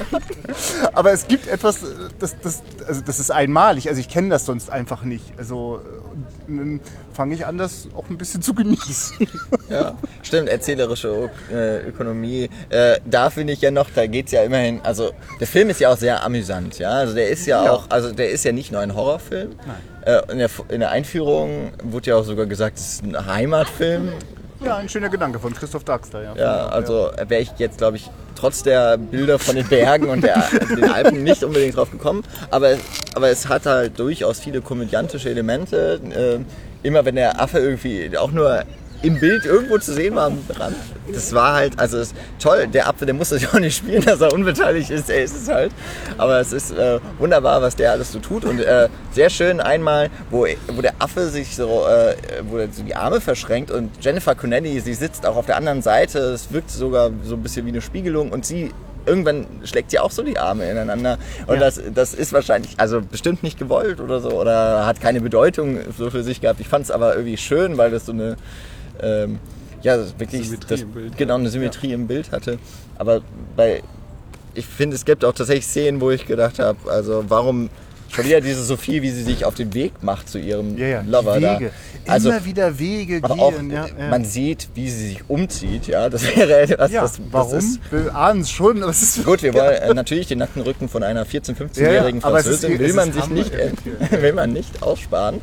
Aber es gibt etwas, das, das, also das ist einmalig. Also ich kenne das sonst einfach nicht. Also dann fange ich an, das auch ein bisschen zu genießen. Ja, stimmt, erzählerische Ö- äh, Ökonomie. Äh, da finde ich ja noch, da geht es ja immerhin, also der Film ist ja auch sehr amüsant, ja. Also der ist ja, ja. auch, also der ist ja nicht nur ein Horrorfilm. Nein. Äh, in, der, in der Einführung wurde ja auch sogar gesagt, es ist ein Heimatfilm. Ja, ein schöner Gedanke von Christoph Daxter, ja. Ja, also wäre ich jetzt, glaube ich, trotz der Bilder von den Bergen und der, den Alpen nicht unbedingt drauf gekommen. Aber, aber es hat halt durchaus viele komödiantische Elemente. Äh, immer wenn der Affe irgendwie auch nur im Bild irgendwo zu sehen war am Rand. Das war halt, also es, toll, der Affe, der muss das ja auch nicht spielen, dass er unbeteiligt ist, er ist es halt. Aber es ist äh, wunderbar, was der alles so tut und äh, sehr schön einmal, wo, wo der Affe sich so, äh, wo er so die Arme verschränkt und Jennifer Connelly, sie sitzt auch auf der anderen Seite, es wirkt sogar so ein bisschen wie eine Spiegelung und sie irgendwann schlägt sie auch so die Arme ineinander und ja. das, das ist wahrscheinlich, also bestimmt nicht gewollt oder so oder hat keine Bedeutung so für sich gehabt. Ich fand es aber irgendwie schön, weil das so eine Ähm, ja, wirklich das, Bild, genau eine Symmetrie ja. im Bild hatte. Aber bei, ich finde, es gibt auch tatsächlich Szenen, wo ich gedacht habe, also warum schon wieder diese Sophie, wie sie sich auf den Weg macht zu ihrem ja, ja, Lover Wege. da. Also, immer wieder Wege aber gehen. auch, ja, ja. Man sieht, wie sie sich umzieht. Ja, das wäre etwas. Ja, das, warum? Das ist, wir ahnen es schon. Aber es ist gut, wir wollen äh, natürlich den nackten Rücken von einer vierzehn-, fünfzehnjährigen ja, ja, Französin ist, will man sich nicht, äh, will man nicht aussparen.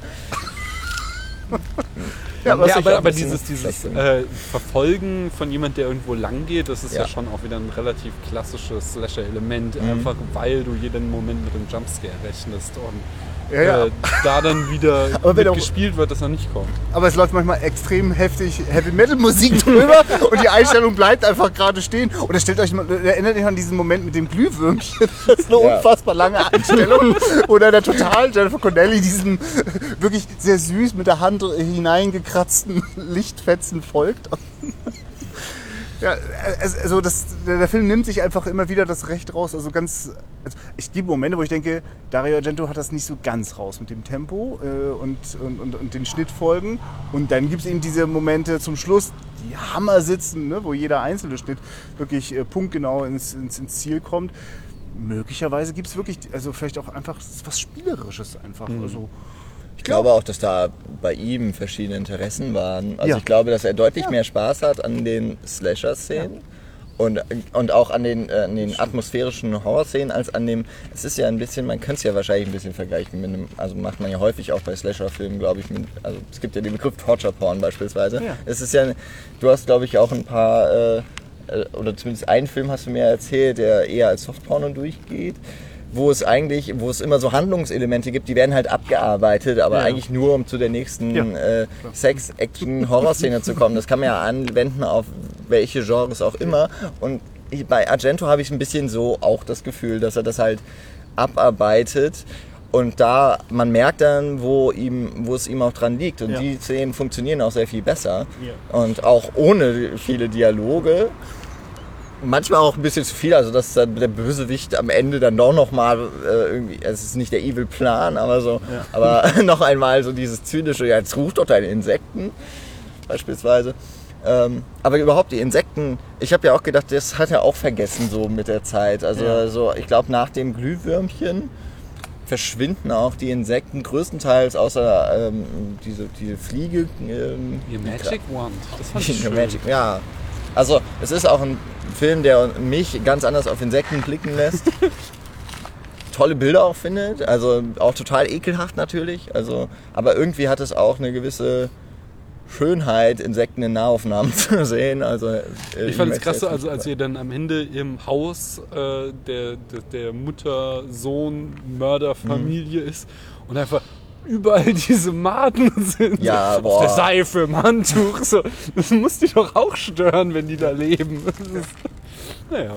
Ja, aber, ja, aber, aber dieses, dieses äh, Verfolgen von jemand, der irgendwo lang geht, das ist ja. ja schon auch wieder ein relativ klassisches Slasher-Element, mhm. einfach weil du jeden Moment mit dem Jumpscare rechnest und ja, ja. Äh, da dann wieder gespielt wird, dass er nicht kommt. Aber es läuft manchmal extrem heftig Heavy-Metal-Musik drüber und die Einstellung bleibt einfach gerade stehen. Oder stellt euch mal, erinnert euch an diesen Moment mit dem Glühwürmchen. Das ist eine ja. unfassbar lange Einstellung. Oder der total Jennifer Connelly diesen wirklich sehr süß mit der Hand hineingekratzten Lichtfetzen folgt. Ja, also das, der Film nimmt sich einfach immer wieder das Recht raus. Also ganz, also ich gebe Momente, wo ich denke, Dario Argento hat das nicht so ganz raus mit dem Tempo äh, und, und, und, und den Schnittfolgen. Und dann gibt es eben diese Momente zum Schluss, die Hammer sitzen, ne, wo jeder einzelne Schnitt wirklich äh, punktgenau ins, ins, ins Ziel kommt. Möglicherweise gibt es wirklich, also vielleicht auch einfach was Spielerisches einfach. Mhm. Also, ich glaube auch, dass da bei ihm verschiedene Interessen waren. Also ja. ich glaube, dass er deutlich ja. mehr Spaß hat an den Slasher-Szenen ja. und, und auch an den, äh, an den atmosphärischen Horror-Szenen als an dem, es ist ja ein bisschen, man könnte es ja wahrscheinlich ein bisschen vergleichen mit einem, also macht man ja häufig auch bei Slasher-Filmen, glaube ich, mit, also es gibt ja den Begriff Torture-Porn beispielsweise. Ja. Es ist ja, du hast glaube ich auch ein paar, äh, oder zumindest einen Film hast du mir erzählt, der eher als Softporno durchgeht. Wo es eigentlich, wo es immer so Handlungselemente gibt, die werden halt abgearbeitet, aber ja. eigentlich nur, um zu der nächsten ja. äh, Sex-, Action-, Horror-Szene zu kommen. Das kann man ja anwenden auf welche Genres auch immer. Und ich, bei Argento habe ich ein bisschen so auch das Gefühl, dass er das halt abarbeitet. Und da, man merkt dann, wo, ihm, wo es ihm auch dran liegt. Und ja. die Szenen funktionieren auch sehr viel besser. Ja. Und auch ohne viele Dialoge. manchmal auch ein bisschen zu viel, also dass dann der Bösewicht am Ende dann doch nochmal äh, irgendwie, es ist nicht der Evil Plan, aber so, ja. aber noch einmal so dieses zynische, ja, jetzt ruft doch deine Insekten, beispielsweise. Ähm, aber überhaupt die Insekten, ich habe ja auch gedacht, das hat er auch vergessen so mit der Zeit. Also ja. so, ich glaube nach dem Glühwürmchen verschwinden auch die Insekten größtenteils, außer ähm, diese, diese Fliege. Ähm, Your Magic Wand, das fand ich schön. Magic, ja. Also es ist auch ein Film, der mich ganz anders auf Insekten blicken lässt. Tolle Bilder auch findet, also auch total ekelhaft natürlich. Also, aber irgendwie hat es auch eine gewisse Schönheit, Insekten in Nahaufnahmen zu sehen. Also, äh, ich fand es krass, also, als ihr dann am Ende im Haus äh, der, der, der Mutter-Sohn-Mörder-Familie mhm. ist und einfach überall diese Maden sind. Ja, so, auf der Seife, im Handtuch. So. Das muss die doch auch stören, wenn die da leben. Das ist, naja.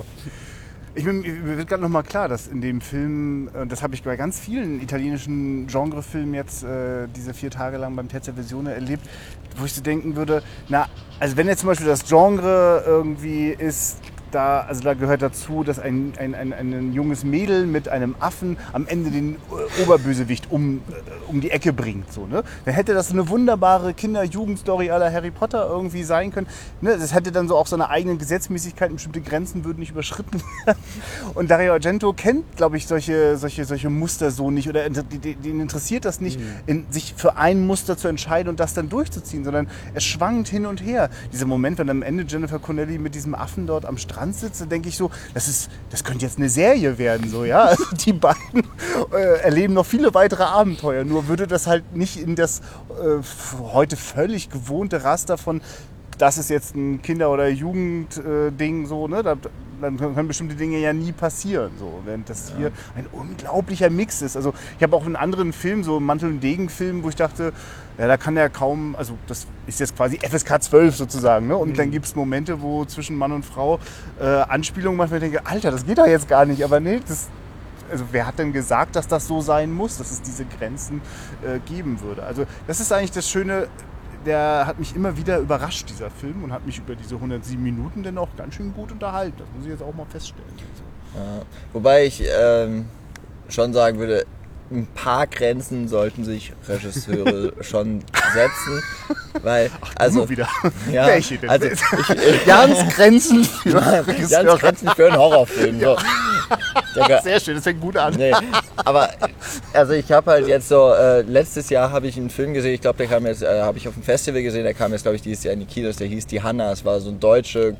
Ich bin, mir wird gerade nochmal klar, dass in dem Film, das habe ich bei ganz vielen italienischen Genrefilmen jetzt äh, diese vier Tage lang beim Terza Visione erlebt, wo ich so denken würde, na, also wenn jetzt zum Beispiel das Genre irgendwie ist, da, also da gehört dazu, dass ein, ein, ein, ein junges Mädel mit einem Affen am Ende den Oberbösewicht um, um die Ecke bringt. So, ne? Dann hätte das eine wunderbare Kinder-Jugendstory à la Harry Potter irgendwie sein können. Ne? Das hätte dann so auch seine eigenen Gesetzmäßigkeiten, bestimmte Grenzen würden nicht überschritten werden. Und Dario Argento kennt, glaube ich, solche, solche, solche Muster so nicht. Oder den interessiert das nicht, mhm. in, sich für ein Muster zu entscheiden und das dann durchzuziehen, sondern es schwankt hin und her. Dieser Moment, wenn am Ende Jennifer Connelly mit diesem Affen dort am Strand sitze, denke ich so, das ist, das könnte jetzt eine Serie werden, so, ja. Also die beiden äh, erleben noch viele weitere Abenteuer, nur würde das halt nicht in das äh, heute völlig gewohnte Raster von, das ist jetzt ein Kinder- oder Jugendding, äh, so, ne, da, dann können bestimmte Dinge ja nie passieren, so, während das hier ein unglaublicher Mix ist. Also ich habe auch in anderen Filmen, so Mantel- und Degen-Filmen, wo ich dachte, ja, da kann ja kaum, also das ist jetzt quasi F S K zwölf sozusagen, ne? Und mhm. dann gibt es Momente, wo zwischen Mann und Frau äh, Anspielungen manchmal denke, Alter, das geht doch jetzt gar nicht, aber nee, das, also wer hat denn gesagt, dass das so sein muss, dass es diese Grenzen äh, geben würde? Also das ist eigentlich das Schöne, der hat mich immer wieder überrascht, dieser Film, und hat mich über diese hundertsieben Minuten dann auch ganz schön gut unterhalten. Das muss ich jetzt auch mal feststellen. Ja, wobei ich ähm, schon sagen würde, ein paar Grenzen sollten sich Regisseure schon setzen, weil Ach, also wieder. Ja, welche denn? Also, ich, ich, Jans Grenzen für Jans Grenzen für einen Horrorfilm. So. Ja. Sehr schön, das fängt gut an. Nee, aber also ich habe halt jetzt so äh, letztes Jahr habe ich einen Film gesehen. Ich glaube, der kam jetzt, äh, habe ich auf dem Festival gesehen. Der kam jetzt, glaube ich, dieses Jahr in die Kinos. Der hieß Die Hanna. Es war so eine deutsche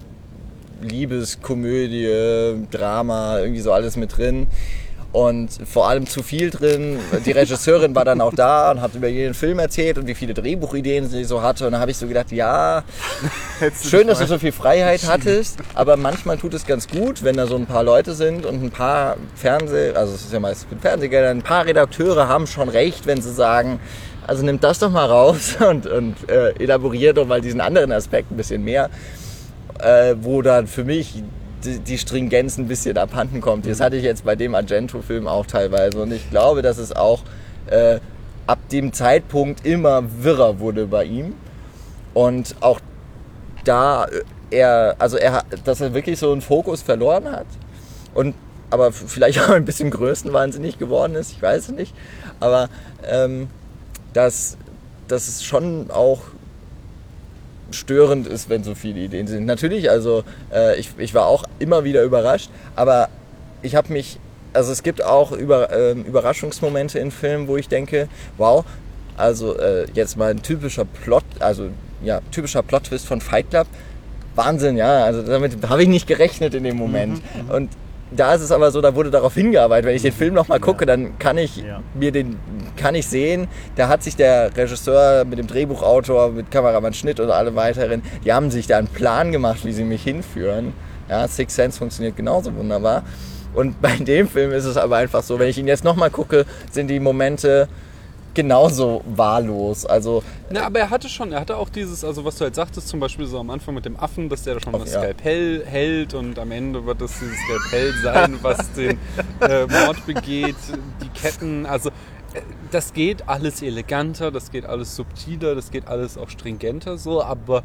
Liebeskomödie, Drama, irgendwie so alles mit drin. Und vor allem zu viel drin. Die Regisseurin war dann auch da und hat über jeden Film erzählt und wie viele Drehbuchideen sie so hatte. Und da habe ich so gedacht, ja, schön, dass du so viel Freiheit hattest, aber manchmal tut es ganz gut, wenn da so ein paar Leute sind und ein paar Fernseh, also es ist ja meistens mit Fernsehgeldern, ein paar Redakteure haben schon recht, wenn sie sagen, also nimm das doch mal raus und, und äh, elaborier doch mal diesen anderen Aspekt ein bisschen mehr, äh, wo dann für mich Die, die Stringenz ein bisschen abhanden kommt. Das hatte ich jetzt bei dem Argento-Film auch teilweise. Und ich glaube, dass es auch äh, ab dem Zeitpunkt immer wirrer wurde bei ihm. Und auch da er, also er, dass er wirklich so einen Fokus verloren hat. Und aber vielleicht auch ein bisschen größenwahnsinnig geworden ist, ich weiß es nicht. Aber ähm, dass, dass es schon auch störend ist, wenn so viele Ideen sind. Natürlich, also äh, ich, ich war auch immer wieder überrascht, aber ich habe mich, also es gibt auch über, äh, Überraschungsmomente in Filmen, wo ich denke, wow, also äh, jetzt mal ein typischer Plot, also ja, typischer Plot-Twist von Fight Club, Wahnsinn, ja, also damit habe ich nicht gerechnet in dem Moment. Mhm, und da ist es aber so, da wurde darauf hingearbeitet. Wenn ich den Film nochmal gucke, dann kann ich ja. mir den, kann ich sehen, da hat sich der Regisseur mit dem Drehbuchautor, mit Kameramann Schnitt und alle weiteren, die haben sich da einen Plan gemacht, wie sie mich hinführen. Ja, Sixth Sense funktioniert genauso wunderbar. Und bei dem Film ist es aber einfach so, wenn ich ihn jetzt nochmal gucke, sind die Momente genauso wahllos. Also, Na, aber er hatte schon, er hatte auch dieses, also was du halt sagtest, zum Beispiel so am Anfang mit dem Affen, dass der da schon Ach, das ja. Skalpell hält und am Ende wird das dieses Skalpell sein, was den äh, Mord begeht, die Ketten, also äh, das geht alles eleganter, das geht alles subtiler, das geht alles auch stringenter so, aber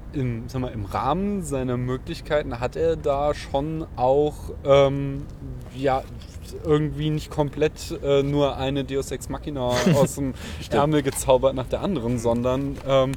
im, sag mal, im Rahmen seiner Möglichkeiten hat er da schon auch ähm, ja, irgendwie nicht komplett äh, nur eine Deus Ex Machina aus dem Ärmel gezaubert nach der anderen, sondern ähm,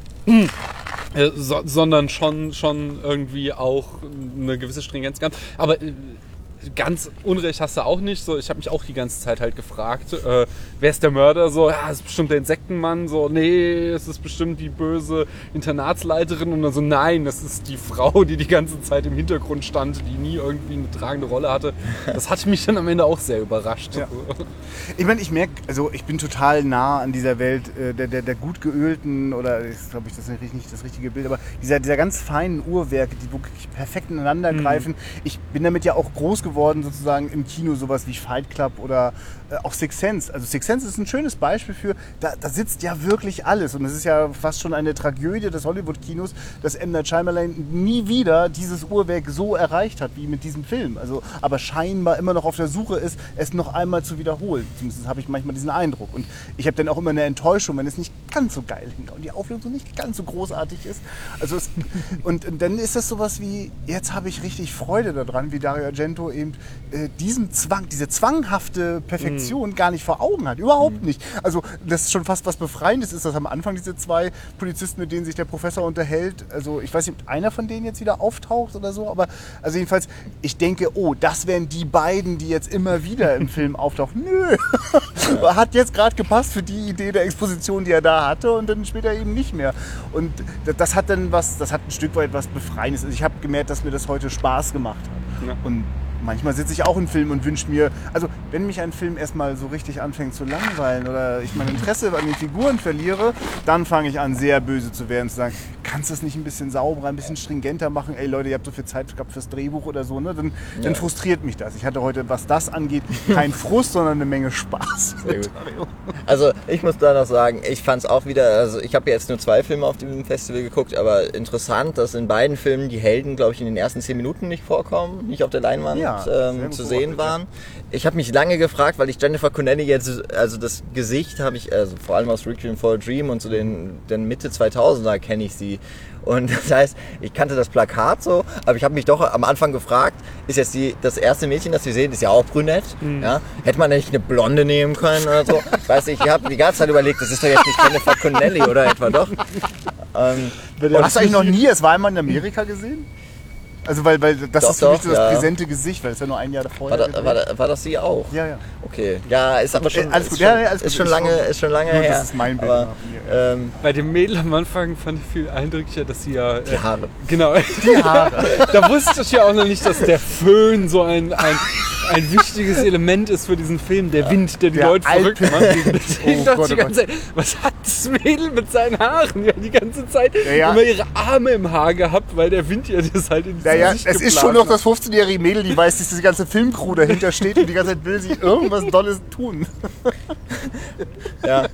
äh, so, sondern schon, schon irgendwie auch eine gewisse Stringenz gehabt. Aber äh, ganz Unrecht hast du auch nicht. So, ich habe mich auch die ganze Zeit halt gefragt, äh, wer ist der Mörder? So, ja, es ist bestimmt der Insektenmann. So, nee, es ist bestimmt die böse Internatsleiterin. Und dann so, nein, das ist die Frau, die die ganze Zeit im Hintergrund stand, die nie irgendwie eine tragende Rolle hatte. Das hat mich dann am Ende auch sehr überrascht. Ja. Ich meine, ich merke, also ich bin total nah an dieser Welt äh, der, der, der gut geölten, oder ist, glaube ich, das ist nicht das richtige Bild, aber dieser, dieser ganz feinen Uhrwerke, die wirklich perfekt ineinander greifen. Mhm. Ich bin damit ja auch groß geworden, sozusagen im Kino, sowas wie Fight Club oder äh, auch Sixth Sense. Also Sixth Sense ist ein schönes Beispiel für, da, da sitzt ja wirklich alles. Und es ist ja fast schon eine Tragödie des Hollywood-Kinos, dass M. Night Shyamalan nie wieder dieses Uhrwerk so erreicht hat, wie mit diesem Film. Also, aber scheinbar immer noch auf der Suche ist, es noch einmal zu wiederholen. Zumindest habe ich manchmal diesen Eindruck. Und ich habe dann auch immer eine Enttäuschung, wenn es nicht ganz so geil hinkommt und die Auflösung so nicht ganz so großartig ist. Also es, und, und dann ist das sowas wie, jetzt habe ich richtig Freude daran, wie Dario Argento eben äh, diesen Zwang, diese zwanghafte Perfektion mm. gar nicht vor Augen hat. Überhaupt mm. nicht. Also das ist schon fast was Befreiendes ist, dass am Anfang diese zwei Polizisten, mit denen sich der Professor unterhält, also ich weiß nicht, ob einer von denen jetzt wieder auftaucht oder so, aber also jedenfalls, ich denke, oh, das wären die beiden, die jetzt immer wieder im Film auftauchen. Nö, hat jetzt gerade gepasst für die Idee der Exposition, die er da hatte und dann später eben nicht mehr. Und das hat dann was, das hat ein Stück weit was Befreiendes. Also ich habe gemerkt, dass mir das heute Spaß gemacht hat. Ja. Und manchmal sitze ich auch im Film und wünsche mir, also wenn mich ein Film erstmal so richtig anfängt zu langweilen oder ich mein Interesse an den Figuren verliere, dann fange ich an, sehr böse zu werden, zu sagen, kannst du das nicht ein bisschen sauberer, ein bisschen stringenter machen? Ey Leute, ihr habt so viel Zeit gehabt fürs Drehbuch oder so, ne? Dann, ja. dann frustriert mich das. Ich hatte heute, was das angeht, keinen Frust, sondern eine Menge Spaß. Sehr gut. Also ich muss da noch sagen, ich fand es auch wieder, also ich habe jetzt nur zwei Filme auf dem Festival geguckt, aber interessant, dass in beiden Filmen die Helden, glaube ich, in den ersten zehn Minuten nicht vorkommen, nicht auf der Leinwand. Ja. Ähm, zu sehen waren. Ich habe mich lange gefragt, weil ich Jennifer Connelly jetzt, also das Gesicht habe ich, also vor allem aus Requiem for a Dream und so den, den Mitte zweitausender kenne ich sie. Und das heißt, ich kannte das Plakat so, aber ich habe mich doch am Anfang gefragt, ist jetzt die, das erste Mädchen, das wir sehen, ist ja auch brünett. Mhm. Ja? Hätte man nicht eine Blonde nehmen können oder so? Weiß ich, ich habe die ganze Zeit überlegt, das ist doch jetzt nicht Jennifer Connelly oder etwa doch. Ähm, Hast du eigentlich noch nie, es war einmal in Amerika gesehen? Also weil, weil das doch, ist für mich doch, das ja. präsente Gesicht, weil es ja nur ein Jahr davor war, da, war, da, war das sie auch? Ja, ja. Okay. Ja, ist aber schon, alles gut. Ist schon, Ja, ja, alles ist gut. schon lange, ist schon lange Nur, her. das ist mein Bild. Aber, ähm, bei dem Mädel am Anfang fand ich viel eindrücklicher, dass sie ja... Die Haare. Äh, genau. Die Haare. Da wusste ich ja auch noch nicht, dass der Föhn so ein, ein, ein wichtiges Element ist für diesen Film. Der Wind, der die Der Leute verrückt macht. Deswegen Oh dachte Gott, ich die ganze Zeit, was hat das Mädel mit seinen Haaren? Ja, die ganze Zeit Ja, ja. immer ihre Arme im Haar gehabt, weil der Wind ihr das halt in die Ja, ja, Gesicht es ist schon noch das fünfzehnjährige Mädel, die weiß, dass diese ganze Filmcrew dahinter steht und die ganze Zeit will sie irgendwas Dolles tun. ja.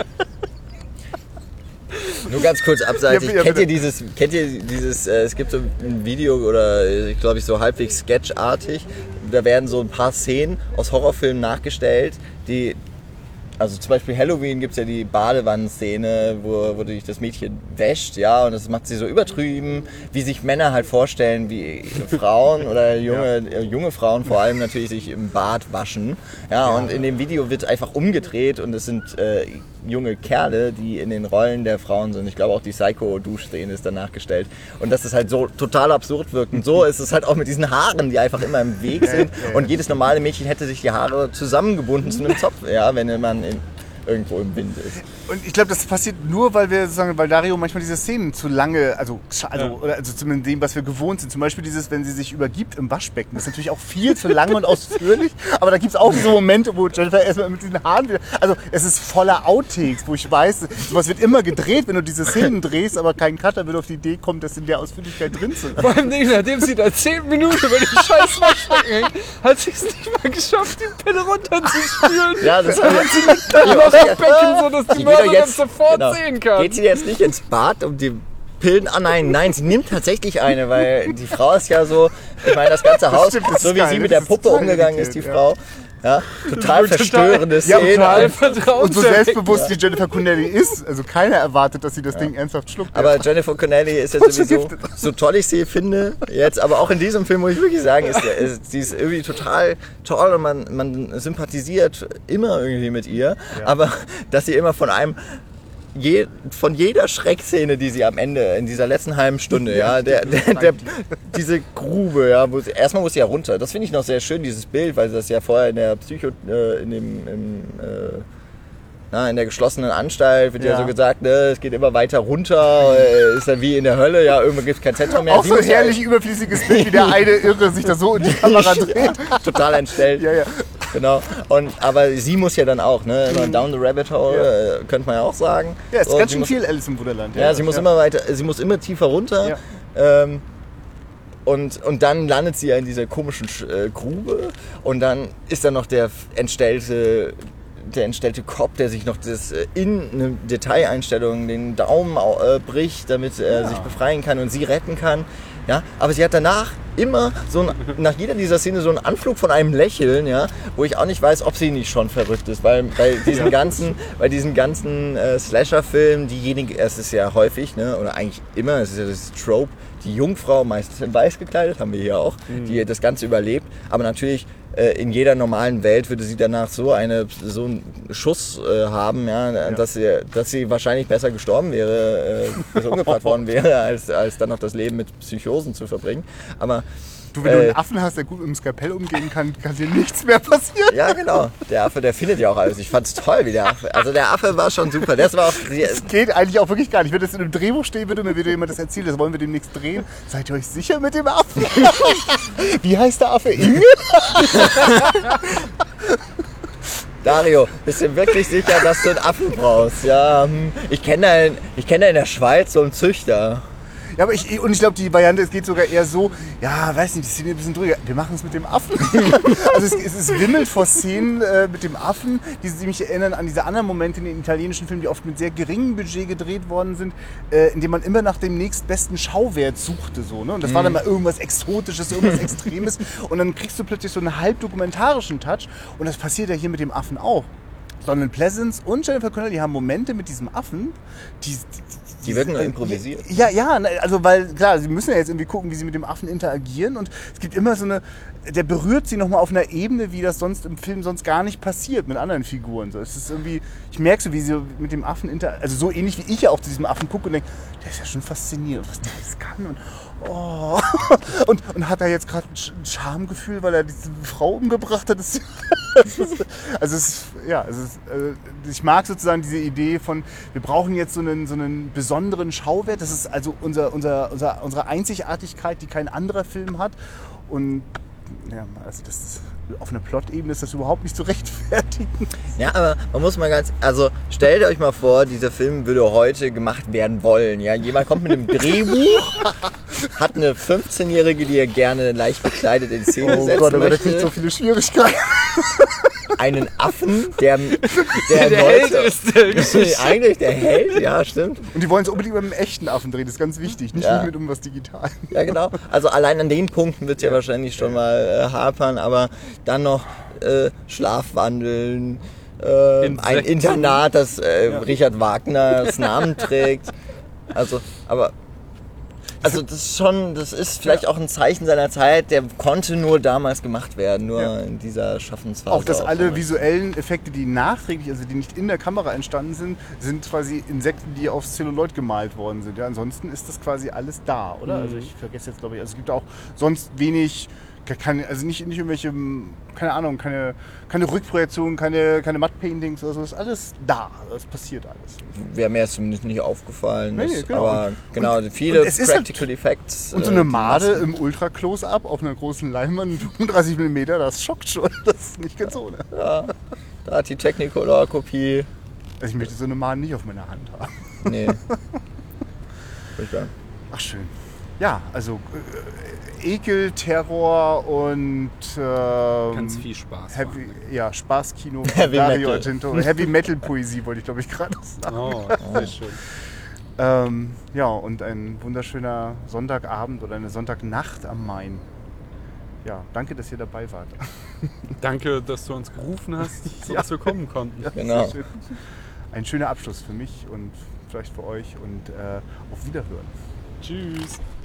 Nur ganz kurz abseitig, Ja, ja, kennt ihr bitte. dieses, kennt ihr dieses, äh, es gibt so ein Video oder ich glaube ich so halbwegs sketchartig, da werden so ein paar Szenen aus Horrorfilmen nachgestellt, die, also zum Beispiel Halloween gibt es ja die Badewannenszene, wo, wo sich das Mädchen wäscht, ja, und das macht sie so übertrieben, wie sich Männer halt vorstellen, wie Frauen oder junge, ja. äh, junge Frauen vor allem natürlich sich im Bad waschen, ja, ja, und in dem Video wird einfach umgedreht und es sind äh, junge Kerle, die in den Rollen der Frauen sind. Ich glaube auch die Psycho-Duschszene ist danach gestellt. Und dass es halt so total absurd wirkt. Und so ist es halt auch mit diesen Haaren, die einfach immer im Weg sind. Und jedes normale Mädchen hätte sich die Haare zusammengebunden zu einem Zopf, ja, wenn man in, irgendwo im Wind ist. Und ich glaube, das passiert nur, weil wir sozusagen, weil Dario manchmal diese Szenen zu lange, also, also, Ja. oder, also zumindest dem, was wir gewohnt sind. Zum Beispiel dieses, wenn sie sich übergibt im Waschbecken. Das ist natürlich auch viel zu lang und ausführlich. Aber da gibt es auch so Momente, wo Jennifer erstmal mit den Haaren wieder. Also es ist voller Outtakes, wo ich weiß, sowas wird immer gedreht, wenn du diese Szenen drehst, aber kein Cutter wird auf die Idee kommen, dass in der Ausführlichkeit drin sind. Vor allem, nachdem sie da zehn Minuten über den scheiß Waschbecken hängt, hat sie es nicht mal geschafft, die Pille runterzuspülen. Ja, das Und sie liegt dann noch im Becken, sodass die Die Mörderin geht doch jetzt- sofort genau. sehen kann. Geht sie jetzt nicht ins Bad, um die Pillen... Ah nein, nein, sie nimmt tatsächlich eine, weil die Frau ist ja so... Ich meine, das ganze Haus, stimmt, das ist so wie geil, sie mit das der ist Puppe total umgegangen ist, die irritierend, Frau... Ja, total verstörende Ja, Szene. total. Und so selbstbewusst wie Jennifer Connelly ist, also keiner erwartet, dass sie das Ding ernsthaft schluckt. Aber Jennifer Connelly ist ja Und sowieso, vergiftet. so toll ich sie finde, jetzt, aber auch in diesem Film muss ich wirklich sagen, ist, ist, sie ist irgendwie total toll und man, man sympathisiert immer irgendwie mit ihr, aber dass sie immer von einem Je, von jeder Schreckszene, die sie am Ende in dieser letzten halben Stunde, ja, der, der, der, diese Grube, ja, wo sie, erstmal muss sie ja runter. Das finde ich noch sehr schön, dieses Bild, weil das ja vorher in der Psycho, äh, in dem, im, äh, na, in der geschlossenen Anstalt wird ja, ja so gesagt, ne, es geht immer weiter runter, äh, ist ja wie in der Hölle, ja, irgendwann gibt es kein Zentrum mehr. Auch sie so ein muss ja, herrlich überflüssiges Bild, wie der eine Irre sich da so in die Kamera dreht. total entstellt. Ja, ja. Genau. Und, aber sie muss ja dann auch, ne, immer down the rabbit hole, Ja. äh, könnte man ja auch sagen. Ja, es ist So, ganz sie schön muss, viel Alice im Wunderland. Ja, sie muss immer weiter, sie muss immer tiefer runter. Ja. Ähm, und, und dann landet sie ja in dieser komischen äh, Grube und dann ist da noch der entstellte, der entstellte Cop, der sich noch das äh, in eine Detaileinstellung den Daumen äh, bricht, damit er Ja. sich befreien kann und sie retten kann. Ja, aber sie hat danach immer so ein, nach jeder dieser Szene so einen Anflug von einem Lächeln, ja, wo ich auch nicht weiß, ob sie nicht schon verrückt ist, weil bei diesen ganzen, bei diesen ganzen äh, Slasher-Filmen, diejenige, es ist ja häufig, ne, oder eigentlich immer, es ist ja das Trope, die Jungfrau, meistens in weiß gekleidet, haben wir hier auch, mhm. die das Ganze überlebt, aber natürlich äh, in jeder normalen Welt würde sie danach so eine so einen Schuss äh, haben, ja, ja. Dass, sie, dass sie wahrscheinlich besser gestorben wäre, äh, besser umgebracht worden wäre, als, als dann noch das Leben mit Psychosen zu verbringen. Aber Du, wenn äh, du einen Affen hast, der gut mit dem Skalpell umgehen kann, kann dir nichts mehr passieren. ja, genau. Der Affe, der findet ja auch alles. Ich fand's toll, wie der Affe. Also der Affe war schon super. Das war auch. Das geht eigentlich auch wirklich gar nicht. Wenn das in einem Drehbuch stehen würde, mir würde jemand das erzählen, das wollen wir demnächst drehen. Seid ihr euch sicher mit dem Affen? Wie heißt der Affe? Inge? Dario, bist du wirklich sicher, dass du einen Affen brauchst? Ja, hm. ich kenne da, in- ich kenn da in der Schweiz so einen Züchter. Ja, aber ich, und ich glaube, die Variante, es geht sogar eher so, ja, weiß nicht, die Szene ein bisschen drüber. Wir machen es mit dem Affen. Also es, es, es wimmelt vor Szenen äh, mit dem Affen, die, die mich erinnern an diese anderen Momente in den italienischen Filmen, die oft mit sehr geringem Budget gedreht worden sind, äh, in dem man immer nach dem nächstbesten Schauwert suchte. So, ne? Und das war dann mal irgendwas Exotisches, irgendwas Extremes. Und dann kriegst du plötzlich so einen halb dokumentarischen Touch. Und das passiert ja hier mit dem Affen auch. Donald Pleasence und Jennifer Connelly haben Momente mit diesem Affen, die, die, Die wirken nur improvisiert. Ja, ja, also weil klar, sie müssen ja jetzt irgendwie gucken, wie sie mit dem Affen interagieren und es gibt immer so eine, der berührt sie nochmal auf einer Ebene, wie das sonst im Film sonst gar nicht passiert mit anderen Figuren. So, es ist irgendwie, ich merke so, wie sie mit dem Affen interagieren, also so ähnlich wie ich ja auch zu diesem Affen gucke und denke, der ist ja schon faszinierend, was der alles kann und oh. Und, und hat er jetzt gerade ein Schamgefühl, weil er diese Frau umgebracht hat? Das, das ist, also es ist, ja, es ist, also ich mag sozusagen diese Idee von, wir brauchen jetzt so einen, so einen besonderen Schauwert. Das ist also unser, unser, unser, unsere Einzigartigkeit, die kein anderer Film hat. Und ja, also das ist, auf einer Plot-Ebene ist das überhaupt nicht zu rechtfertigen. Ja, aber man muss mal ganz, also stellt euch mal vor, dieser Film würde heute gemacht werden wollen. Ja, jemand kommt mit einem Drehbuch, hat eine fünfzehnjährige, die er gerne leicht bekleidet in Szene Oh setzen Gott, aber der möchte. kriegt so viele Schwierigkeiten. Einen Affen, der der, Der Leute, Held ist der Geschichte. eigentlich der Held, ja, stimmt. Und die wollen es unbedingt mit einem echten Affen drehen, das ist ganz wichtig, nicht Ja. nur mit irgendwas digital. Ja, genau. Also allein an den Punkten wird es ja wahrscheinlich schon mal äh, hapern, aber dann noch äh, Schlafwandeln, äh, ein Insekten. Internat, das äh, Richard Wagners Namen trägt. Also, aber also das ist schon, das ist vielleicht auch ein Zeichen seiner Zeit, der konnte nur damals gemacht werden, nur Ja. in dieser Schaffensphase. Auch dass alle damals. visuellen Effekte, die nachträglich, also die nicht in der Kamera entstanden sind, sind quasi Insekten, die aufs Zelluloid gemalt worden sind. Ja, ansonsten ist das quasi alles da, oder? Mhm. Also ich vergesse jetzt, glaube ich, also es gibt auch sonst wenig, keine, also nicht, nicht irgendwelche, keine Ahnung, keine, keine Rückprojektionen, keine, keine Matte-Paintings oder so, das ist alles da, das passiert alles. Wäre mir jetzt zumindest nicht aufgefallen. Nee, ist, genau. Aber genau, Und- viele und es ist halt- Practical Effects. Und so äh, eine die Made Masken. im Ultra-Close-Up auf einer großen Leinwand, fünfunddreißig Millimeter, das schockt schon, das ist nicht ganz ohne. Ja, da hat die Technicolor-Kopie. Also ich möchte so eine Made nicht auf meiner Hand haben. Nee. Furchtbar. Ach schön. Ja, also äh, Ekel, Terror und ähm, Ganz viel Spaß. Heavy, ja, Spaßkino von Heavy Dario Metal. Argento. Heavy Metal Poesie wollte ich glaube ich gerade sagen. Oh, sehr schön. Ähm, ja, und ein wunderschöner Sonntagabend oder eine Sonntagnacht am Main. ja, danke, dass ihr dabei wart. Danke, dass du uns gerufen hast, sodass wir kommen konnten. Ja, Genau. sehr schön. Ein schöner Abschluss für mich und vielleicht für euch und äh, auf Wiederhören. Tschüss.